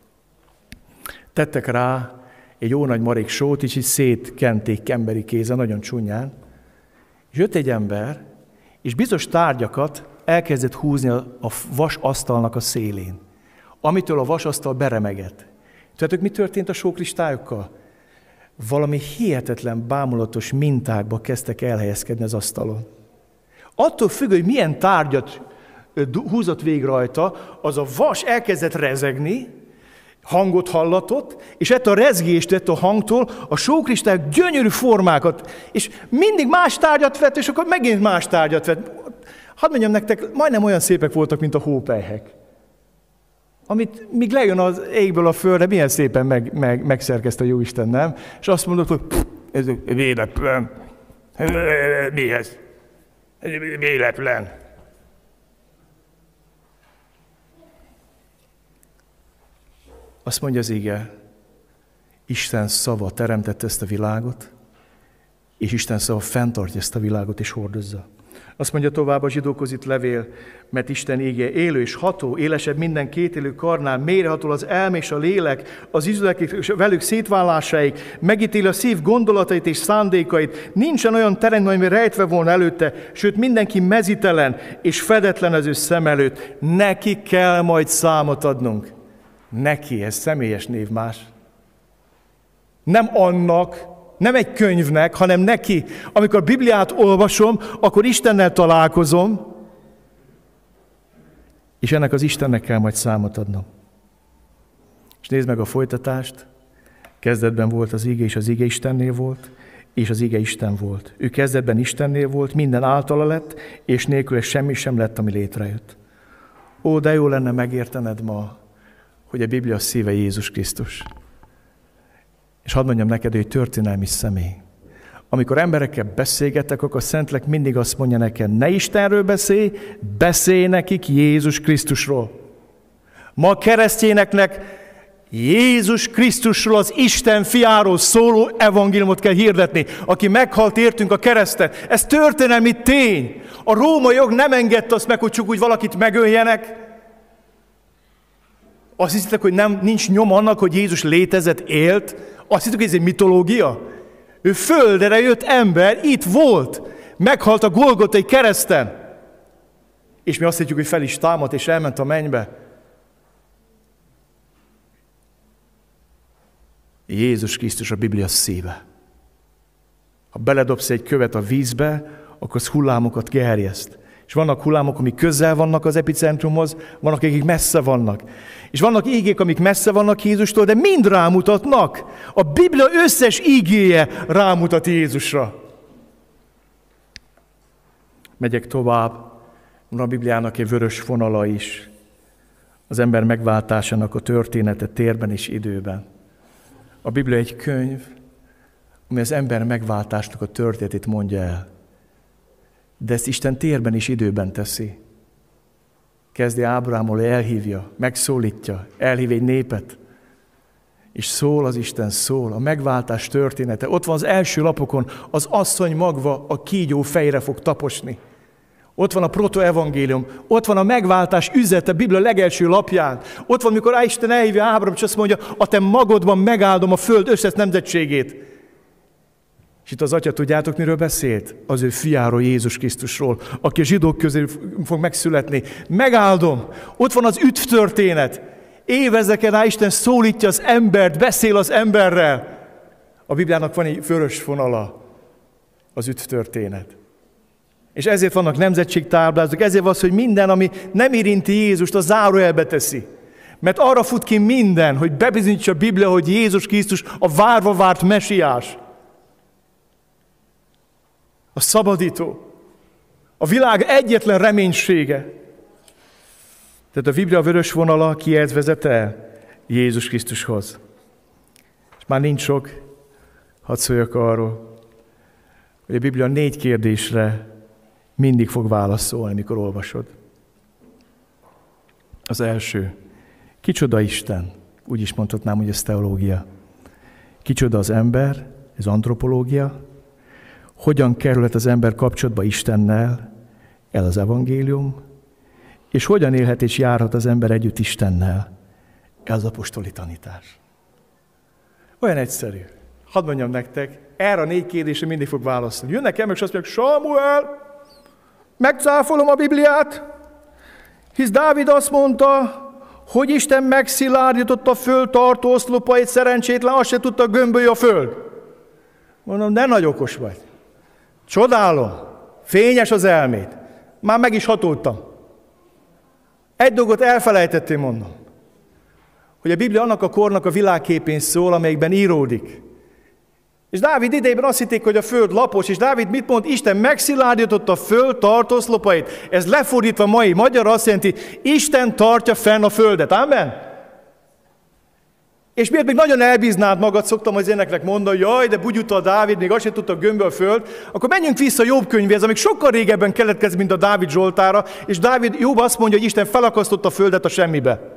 Tettek rá egy jó nagy marék sót, és így szétkenték emberi kézen, nagyon csúnyán. És jött egy ember, és bizonyos tárgyakat elkezdett húzni a vasasztalnak a szélén, amitől a vasasztal beremegett. Tudjátok, mi történt a sókristályokkal? Valami hihetetlen, bámulatos mintákba kezdtek elhelyezkedni az asztalon. Attól függ, hogy milyen tárgyat húzott végig rajta, az a vas elkezdett rezegni, hangot hallatott, és ettől a rezgést, ettől a hangtól a sókristályok gyönyörű formákat, és mindig más tárgyat vett, és akkor megint más tárgyat vett. Hadd mondjam nektek, majdnem olyan szépek voltak, mint a hópelyhek. Amit míg lejön az égből a földre, milyen szépen meg, meg, megszerkezt a Jóisten, nem? És azt mondod, hogy pff, ez véletlen. Mi ez? Ez véletlen. Azt mondja az ige, Isten szava teremtette ezt a világot, és Isten szava fenntartja ezt a világot és hordozza. Azt mondja tovább a zsidókhoz itt levél, mert Isten ége élő és ható, élesebb minden kétélő karnál, mélyrehatol az elme és a lélek, az izületek és velük szétválásáig, megítéli a szív gondolatait és szándékait, nincsen olyan terem, ami rejtve volna előtte, sőt mindenki mezitelen és fedetlen az ő szem előtt. Neki kell majd számot adnunk. Neki, ez személyes névmás. Nem annak, nem egy könyvnek, hanem neki. Amikor a Bibliát olvasom, akkor Istennel találkozom, és ennek az Istennek kell majd számot adnom. És nézd meg a folytatást. Kezdetben volt az ige, és az ige Istennél volt, és az ige Isten volt. Ő kezdetben Istennél volt, minden általa lett, és nélküle semmi sem lett, ami létrejött. Ó, de jó lenne megértened ma, hogy a Biblia szíve Jézus Krisztus. És hadd mondjam neked, hogy történelmi személy. Amikor emberekkel beszélgetek, akkor a Szentlélek mindig azt mondja nekem, ne Istenről beszélj, beszélj nekik Jézus Krisztusról. Ma a keresztényeknek Jézus Krisztusról, az Isten fiáról szóló evangéliumot kell hirdetni, aki meghalt értünk a kereszten. Ez történelmi tény. A római jog nem engedte azt meg, hogy csak úgy valakit megöljenek. Azt hiszitek, hogy nem, nincs nyom annak, hogy Jézus létezett, élt? Azt hiszitek, hogy ez egy mitológia? Ő földre jött ember, itt volt. Meghalt a Golgotai kereszten. És mi azt hitjük, hogy fel is támadt, és elment a mennybe. Jézus Krisztus a Biblia szíve. Ha beledobsz egy követ a vízbe, akkor az hullámokat gerjeszt. És vannak hullámok, amik közel vannak az epicentrumhoz, vannak, akik messze vannak. És vannak ígék, amik messze vannak Jézustól, de mind rámutatnak. A Biblia összes ígéje rámutat Jézusra. Megyek tovább. Van a Bibliának egy vörös vonala is. Az ember megváltásának a története térben és időben. A Biblia egy könyv, ami az ember megváltásnak a történetét mondja el. De ezt Isten térben és időben teszi. Kezdi Ábrahámról, elhívja, megszólítja, elhív egy népet, és szól az Isten, szól. A megváltás története. Ott van az első lapokon, az asszony magva a kígyó fejre fog taposni. Ott van a protoevangélium, ott van a megváltás üzenete, a Biblia legelső lapján. Ott van, mikor Isten elhívja Ábrahám, és azt mondja, a te magodban megáldom a föld összes nemzetségét. És itt az atya, tudjátok, miről beszélt? Az ő fiáról, Jézus Krisztusról, aki a zsidók közül fog megszületni. Megáldom. Ott van az üdv történet. Évezeken át Isten szólítja az embert, beszél az emberrel. A Bibliának van egy vörös vonala, az üdv történet. És ezért vannak nemzetségtáblázat, ezért van az, hogy minden, ami nem érinti Jézust, a zárójelbe teszi. Mert arra fut ki minden, hogy bebizonyítsa a Biblia, hogy Jézus Krisztus a várva várt mesiás. A szabadító. A világ egyetlen reménysége. Tehát a Biblia vörös vonala kihez vezet el? Jézus Krisztushoz. És már nincs sok, hadd szóljak arról, hogy a Biblia négy kérdésre mindig fog válaszolni, mikor olvasod. Az első. Kicsoda Isten? Úgy is mondhatnám, hogy ez teológia. Kicsoda az ember? Ez antropológia. Hogyan kerülhet az ember kapcsolatba Istennel? Ez az evangélium. És hogyan élhet és járhat az ember együtt Istennel? Ez az apostoli tanítás. Olyan egyszerű. Hadd mondjam nektek, erre a négy kérdésre mindig fog válaszolni. Jönnek el, és azt mondják, Sámuel, megcáfolom a Bibliát, hisz Dávid azt mondta, hogy Isten megszilárdította a föld tartó oszlopait, szerencsétlen, azt se tudta, gömbölj a föld. Mondom, de nagy okos vagy. Csodálom, fényes az elméd. Már meg is hatoltam. Egy dolgot elfelejtettél, mondom. Hogy a Biblia annak a kornak a világképén szól, amelyikben íródik. És Dávid idejében azt hitték, hogy a föld lapos, és Dávid mit mond? Isten megszilárdította a föld tartó oszlopait. Ez lefordítva mai magyar azt jelenti, Isten tartja fenn a földet. Amen? És miért még nagyon elbíznád magad, szoktam az éneknek mondani, jaj, de bugyuta a Dávid, még azt sem tudta, gömbbe a föld, akkor menjünk vissza Jobb könyvéhez, amik sokkal régebben keletkezik, mint a Dávid Zsoltára, és Dávid Jobb azt mondja, hogy Isten felakasztotta a földet a semmibe.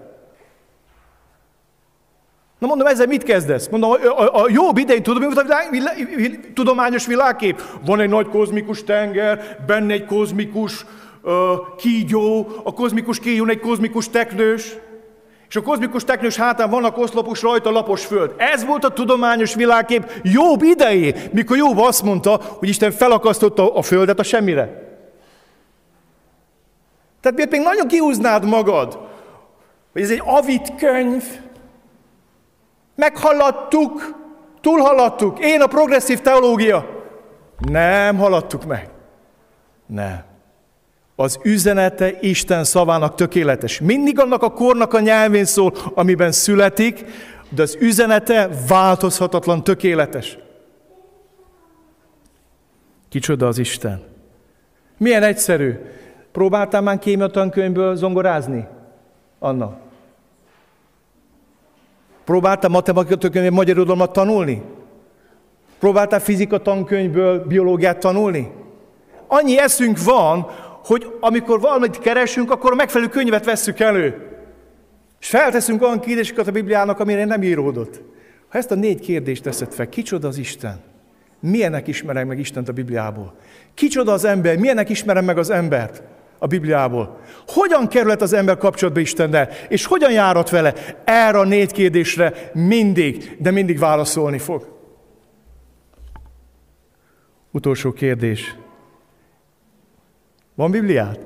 Na mondom, ezzel mit kezdesz? Mondom, a, a, a Jobb idején tudom, mi volt a világ, vilá, tudományos világkép? Van egy nagy kozmikus tenger, benne egy kozmikus uh, kígyó, a kozmikus kígyón egy kozmikus teknős, és a kozmikus teknős hátán vannak oszlopos, rajta lapos föld. Ez volt a tudományos világkép Jobb idején, mikor Jobb azt mondta, hogy Isten felakasztotta a földet a semmire. Tehát miért még nagyon kihúznád magad, hogy ez egy avit könyv, meghaladtuk, túlhaladtuk. Én a progresszív teológia. Nem haladtuk meg. Nem. Az üzenete Isten szavának tökéletes. Mindig annak a kornak a nyelvén szól, amiben születik, de az üzenete változhatatlan, tökéletes. Kicsoda az Isten? Milyen egyszerű. Próbáltál már kémia tankönyvből zongorázni? Anna? Próbáltál matematika tankönyvből magyar irodalmat tanulni? Próbáltál fizika tankönyvből biológiát tanulni? Annyi eszünk van, hogy amikor valamit keresünk, akkor a megfelelő könyvet vesszük elő. És felteszünk olyan kérdéseket a Bibliának, amire nem íródott. Ha ezt a négy kérdést teszed fel, kicsoda az Isten? Milyennek ismerem meg Istent a Bibliából? Kicsoda az ember? Milyennek ismerem meg az embert a Bibliából? Hogyan kerülhet az ember kapcsolatba Istennel? És hogyan járhat vele? Erre a négy kérdésre mindig, de mindig válaszolni fog. Utolsó kérdés. Van Bibliád?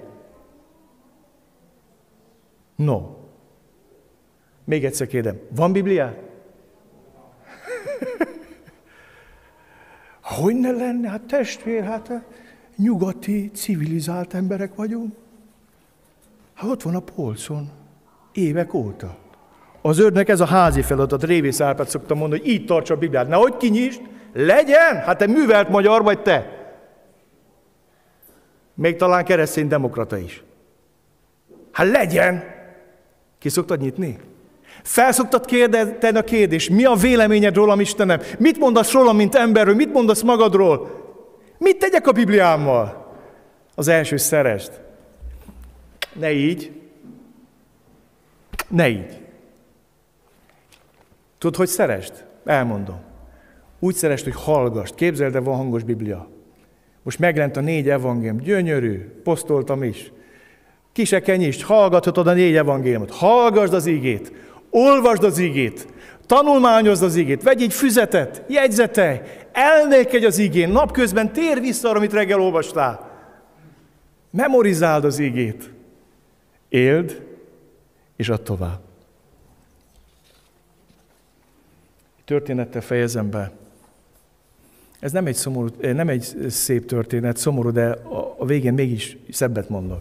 No. Még egyszer kérdem. Van Bibliád? Hogy ne lenne? Hát testvér, hát nyugati, civilizált emberek vagyunk. Hát ott van a polcon. Évek óta. Az őrnek ez a házi feladat. Révész Árpád szokta mondani, hogy így tartsa a Bibliát. Nehogy kinyisd, legyen! Hát te művelt magyar vagy te. Még talán keresztény demokrata is. Hát legyen! Ki szoktad nyitni? Felszoktad kérdezni a kérdést, mi a véleményed rólam, Istenem? Mit mondasz rólam, mint emberről? Mit mondasz magadról? Mit tegyek a Bibliámmal? Az első, szeresd. Ne így. Ne így. Tudod, hogy szeresd? Elmondom. Úgy szeresd, hogy hallgassd. Képzeld, de van hangos Biblia. Most megjelent a négy evangélium. Gyönyörű. Posztoltam is. Ki se kenyist, hallgathatod a négy evangéliumot. Hallgasd az igét. Olvasd az igét. Tanulmányozd az igét. Vegyj egy füzetet. Jegyzetelj. Elmélkedj az igén. Napközben tér vissza arra, amit reggel olvastál. Memorizáld az igét. Éld, és add tovább. Történettel fejezem be. Ez nem egy, szomorú, nem egy szép történet, szomorú, de a végén mégis szebbet mondok.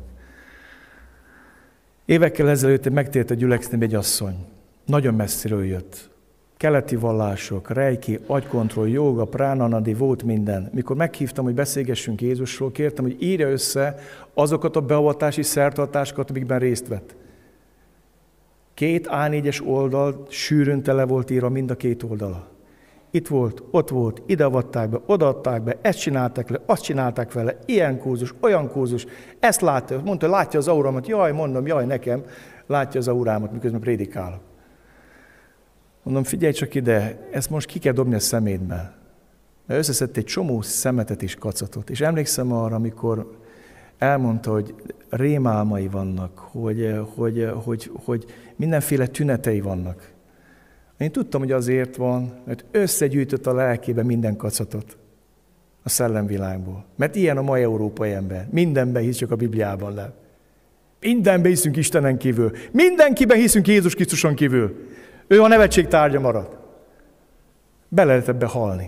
Évekkel ezelőtt megtért a gyülekezetben egy asszony. Nagyon messziről jött. Keleti vallások, reiki, agykontroll, jóga, pránanadi, volt minden. Mikor meghívtam, hogy beszélgessünk Jézusról, kértem, hogy írja össze azokat a beavatási szertartásokat, amikben részt vett. Két á négyes oldal sűrűn tele volt írva mind a két oldala. Itt volt, ott volt, ide avatták be, odaadták be, ezt csinálták le, azt csinálták vele, ilyen kúzus, olyan kúzus, ezt látta, mondta, látja az aurámat, jaj, mondom, jaj, nekem, látja az aurámat, miközben prédikálok. Mondom, figyelj csak ide, ezt most ki kell dobni a szemédbe. Mert összeszedte egy csomó szemetet és kacatot. És emlékszem arra, amikor elmondta, hogy rémálmai vannak, hogy, hogy, hogy, hogy mindenféle tünetei vannak. Én tudtam, hogy azért van, mert összegyűjtött a lelkébe minden kacatot a szellemvilágból. Mert ilyen a mai európai ember. Mindenben hisz, csak a Bibliában le. Mindenben hiszünk Istenen kívül. Mindenkiben hiszünk Jézus Krisztuson kívül. Ő a nevetség tárgya marad. Be lehet ebbe halni.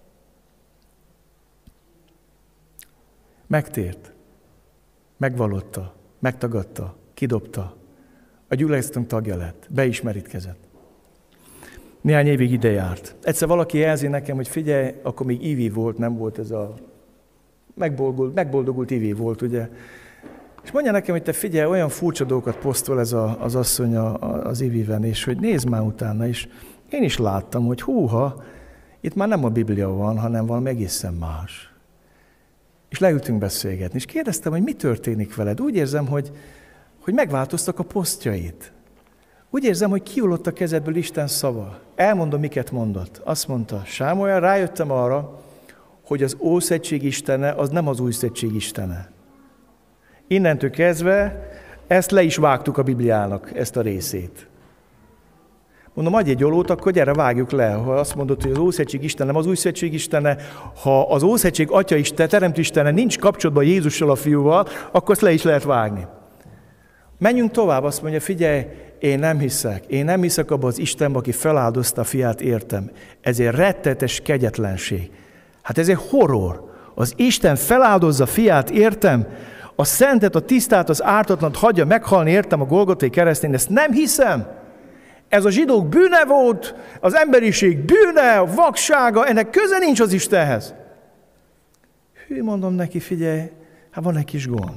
Megtért. Megvallotta. Megtagadta. Kidobta. A gyülekezetünk tagja lett. Beismerítkezett. Néhány évig ide járt. Egyszer valaki jelzi nekem, hogy figyelj, akkor még Ivi volt, nem volt ez a megboldogult, megboldogult Ivi volt, ugye. És mondja nekem, hogy te figyelj, olyan furcsa dolgokat posztol ez a, az asszony a, az Iviven, és hogy nézd már utána, és én is láttam, hogy húha, itt már nem a Biblia van, hanem valami egészen más. És leültünk beszélgetni, és kérdeztem, hogy mi történik veled. Úgy érzem, hogy, hogy megváltoztak a posztjait. Úgy érzem, hogy kiullott a kezedből Isten szava. Elmondom, miket mondott. Azt mondta, Sámuel, rájöttem arra, hogy az Ószövetség Istene, az nem az Újszövetség Istene. Innentől kezdve ezt le is vágtuk a Bibliának, ezt a részét. Mondom, adj egy olót, akkor gyere, vágjuk le. Ha azt mondod, hogy az Ószövetség Istene, nem az Újszövetség Istene, ha az Ószövetség Atya Isten, Teremtő Istene nincs kapcsolatban Jézussal, a Fiúval, akkor azt le is lehet vágni. Menjünk tovább, azt mondja, figyelj, én nem hiszek. Én nem hiszek abban az Istenben, aki feláldozta a fiát, értem. Ez egy rettetes kegyetlenség. Hát ez egy horror. Az Isten feláldozza a fiát, értem. A szentet, a tisztát, az ártatlant hagyja meghalni, értem, a Golgotai keresztén. Ezt nem hiszem. Ez a zsidók bűne volt, az emberiség bűne, a vaksága, ennek köze nincs az Istenhez. Hű, mondom neki, figyelj, hát van egy kis gond.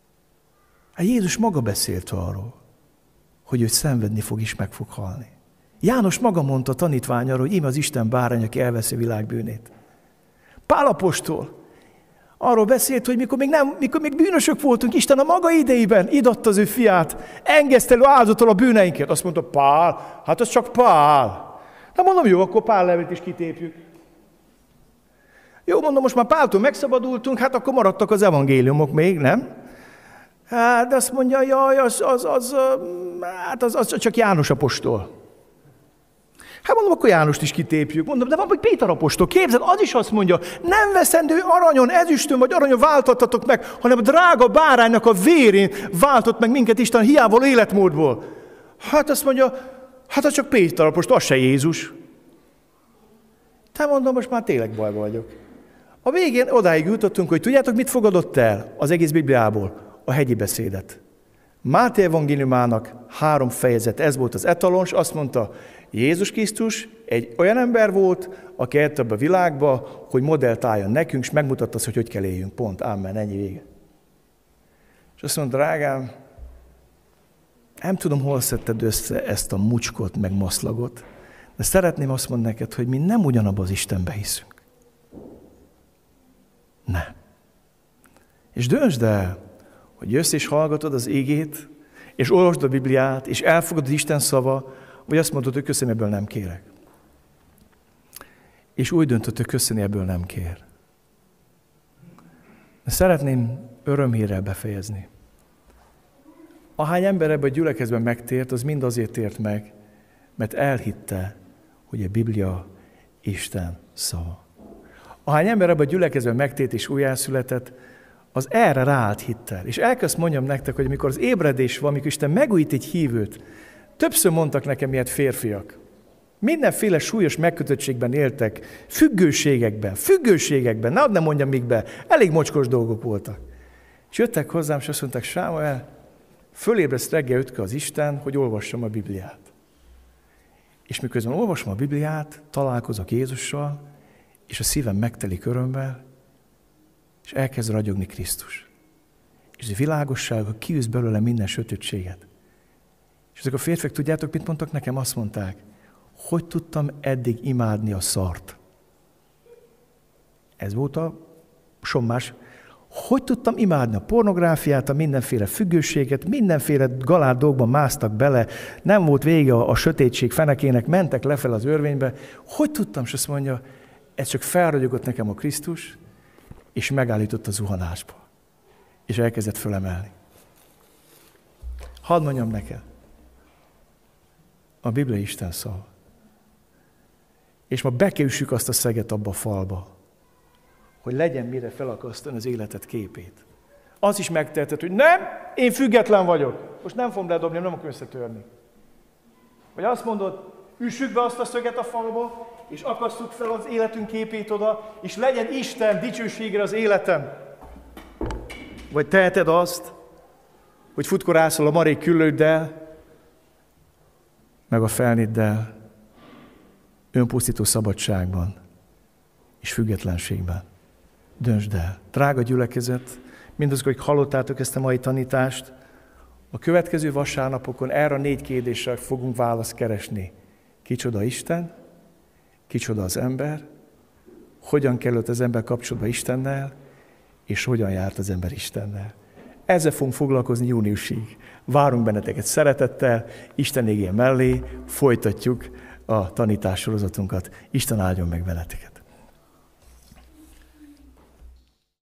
Hát Jézus maga beszélt arról, hogy ő szenvedni fog és meg fog halni. János maga mondta tanítványára, hogy íme az Isten bárány, aki elveszi a világ bűnét. Pál apostol arról beszélt, hogy mikor még, nem, mikor még bűnösök voltunk, Isten a maga idejében idatta az ő fiát, engesztelő áldozatul a bűneinket. Azt mondta, Pál, hát az csak Pál. De mondom, jó, akkor Pál levelet is kitépjük. Jó, mondom, most már Páltól megszabadultunk, hát akkor maradtak az evangéliumok még, nem? Hát, de azt mondja, jaj, az, az, az, hát az, az csak János apostol. Hát mondom, akkor Jánost is kitépjük. Mondom, de van, hogy Péter apostol. Képzeld, az is azt mondja, nem veszendő aranyon, ezüstön vagy aranyon váltottatok meg, hanem a drága báránynak a vérén váltott meg minket Isten hiából életmódból. Hát azt mondja, hát az csak Péter apostol, az se Jézus. Te mondom, most már tényleg bajba vagyok. A végén odáig jutottunk, hogy tudjátok, mit fogadott el az egész Bibliából? A hegyi beszédet. Máté evangéliumának három fejezet, ez volt az etalons, azt mondta, Jézus Krisztus egy olyan ember volt, aki eljött ebbe a világba, hogy modellt álljon nekünk, és megmutatta azt, hogy hogy kell éljünk. Pont, ámen, ennyi vége. És azt mondta, drágám, nem tudom, hol szedted össze ezt a mucskot, meg maszlagot, de szeretném azt mondani neked, hogy mi nem ugyanabba az Istenbe hiszünk. Nem. És döntsd el, hogy jössz és hallgatod az igét, és olvasd a Bibliát, és elfogadod Isten szava, vagy azt mondod, hogy köszönöm, ebből nem kérek. És úgy döntött, hogy köszönni, ebből nem kér. De szeretném örömhírrel befejezni. Ahány ember ebben a gyülekezben megtért, az mind azért tért meg, mert elhitte, hogy a Biblia Isten szava. Ahány ember ebben a gyülekezben megtért és újjászületett, az erre ráállt hittel. És elkezd mondjam nektek, hogy amikor az ébredés van, amikor Isten megújít egy hívőt, többször mondtak nekem ilyet férfiak. Mindenféle súlyos megkötöttségben éltek, függőségekben, függőségekben, ne, ne mondjam még be, elég mocskos dolgok voltak. És jöttek hozzám, és azt mondták, Sámuel, fölébreszt reggel ötkor az Isten, hogy olvassam a Bibliát. És miközben olvasom a Bibliát, találkozok Jézussal, és a szívem megtelik örömmel, és elkezd ragyogni Krisztus. És a világossága kiűz belőle minden sötétséget. És ezek a férfiak, tudjátok, mit mondtak nekem? Azt mondták, hogy tudtam eddig imádni a szart. Ez volt a sommás. Hogy tudtam imádni a pornográfiát, a mindenféle függőséget, mindenféle galád dolgban másztak bele, nem volt vége a, a sötétség fenekének, mentek lefel az örvénybe. Hogy tudtam? És azt mondja, ez csak felragyogott nekem a Krisztus, és megállított a zuhanásba. És elkezdett fölemelni. Hadd mondjam neked, a Biblia Isten szava. És ma bekössük azt a szeget abba a falba, hogy legyen mire felakasztani az életed képét. Az is megteheted, hogy nem, én független vagyok. Most nem fogom ledobni, nem akarom összetörni. Vagy azt mondod, üssük be azt a szöget a falba, és akasztjuk fel az életünk képét oda, és legyen Isten dicsőségre az életem. Vagy teheted azt, hogy futkorászol a marék küllőddel, meg a felniddel, önpusztító szabadságban és függetlenségben. Döntsd el. Drága gyülekezet, mindazok, akik hallottátok ezt a mai tanítást, a következő vasárnapokon erre a négy kérdésre fogunk választ keresni. Kicsoda Isten? Kicsoda az ember? Hogyan került az ember kapcsolatba Istennel? És hogyan járt az ember Istennel? Ezzel fogunk foglalkozni júniusig. Várunk benneteket szeretettel, Isten égén mellé folytatjuk a tanítássorozatunkat. Isten áldjon meg benneteket.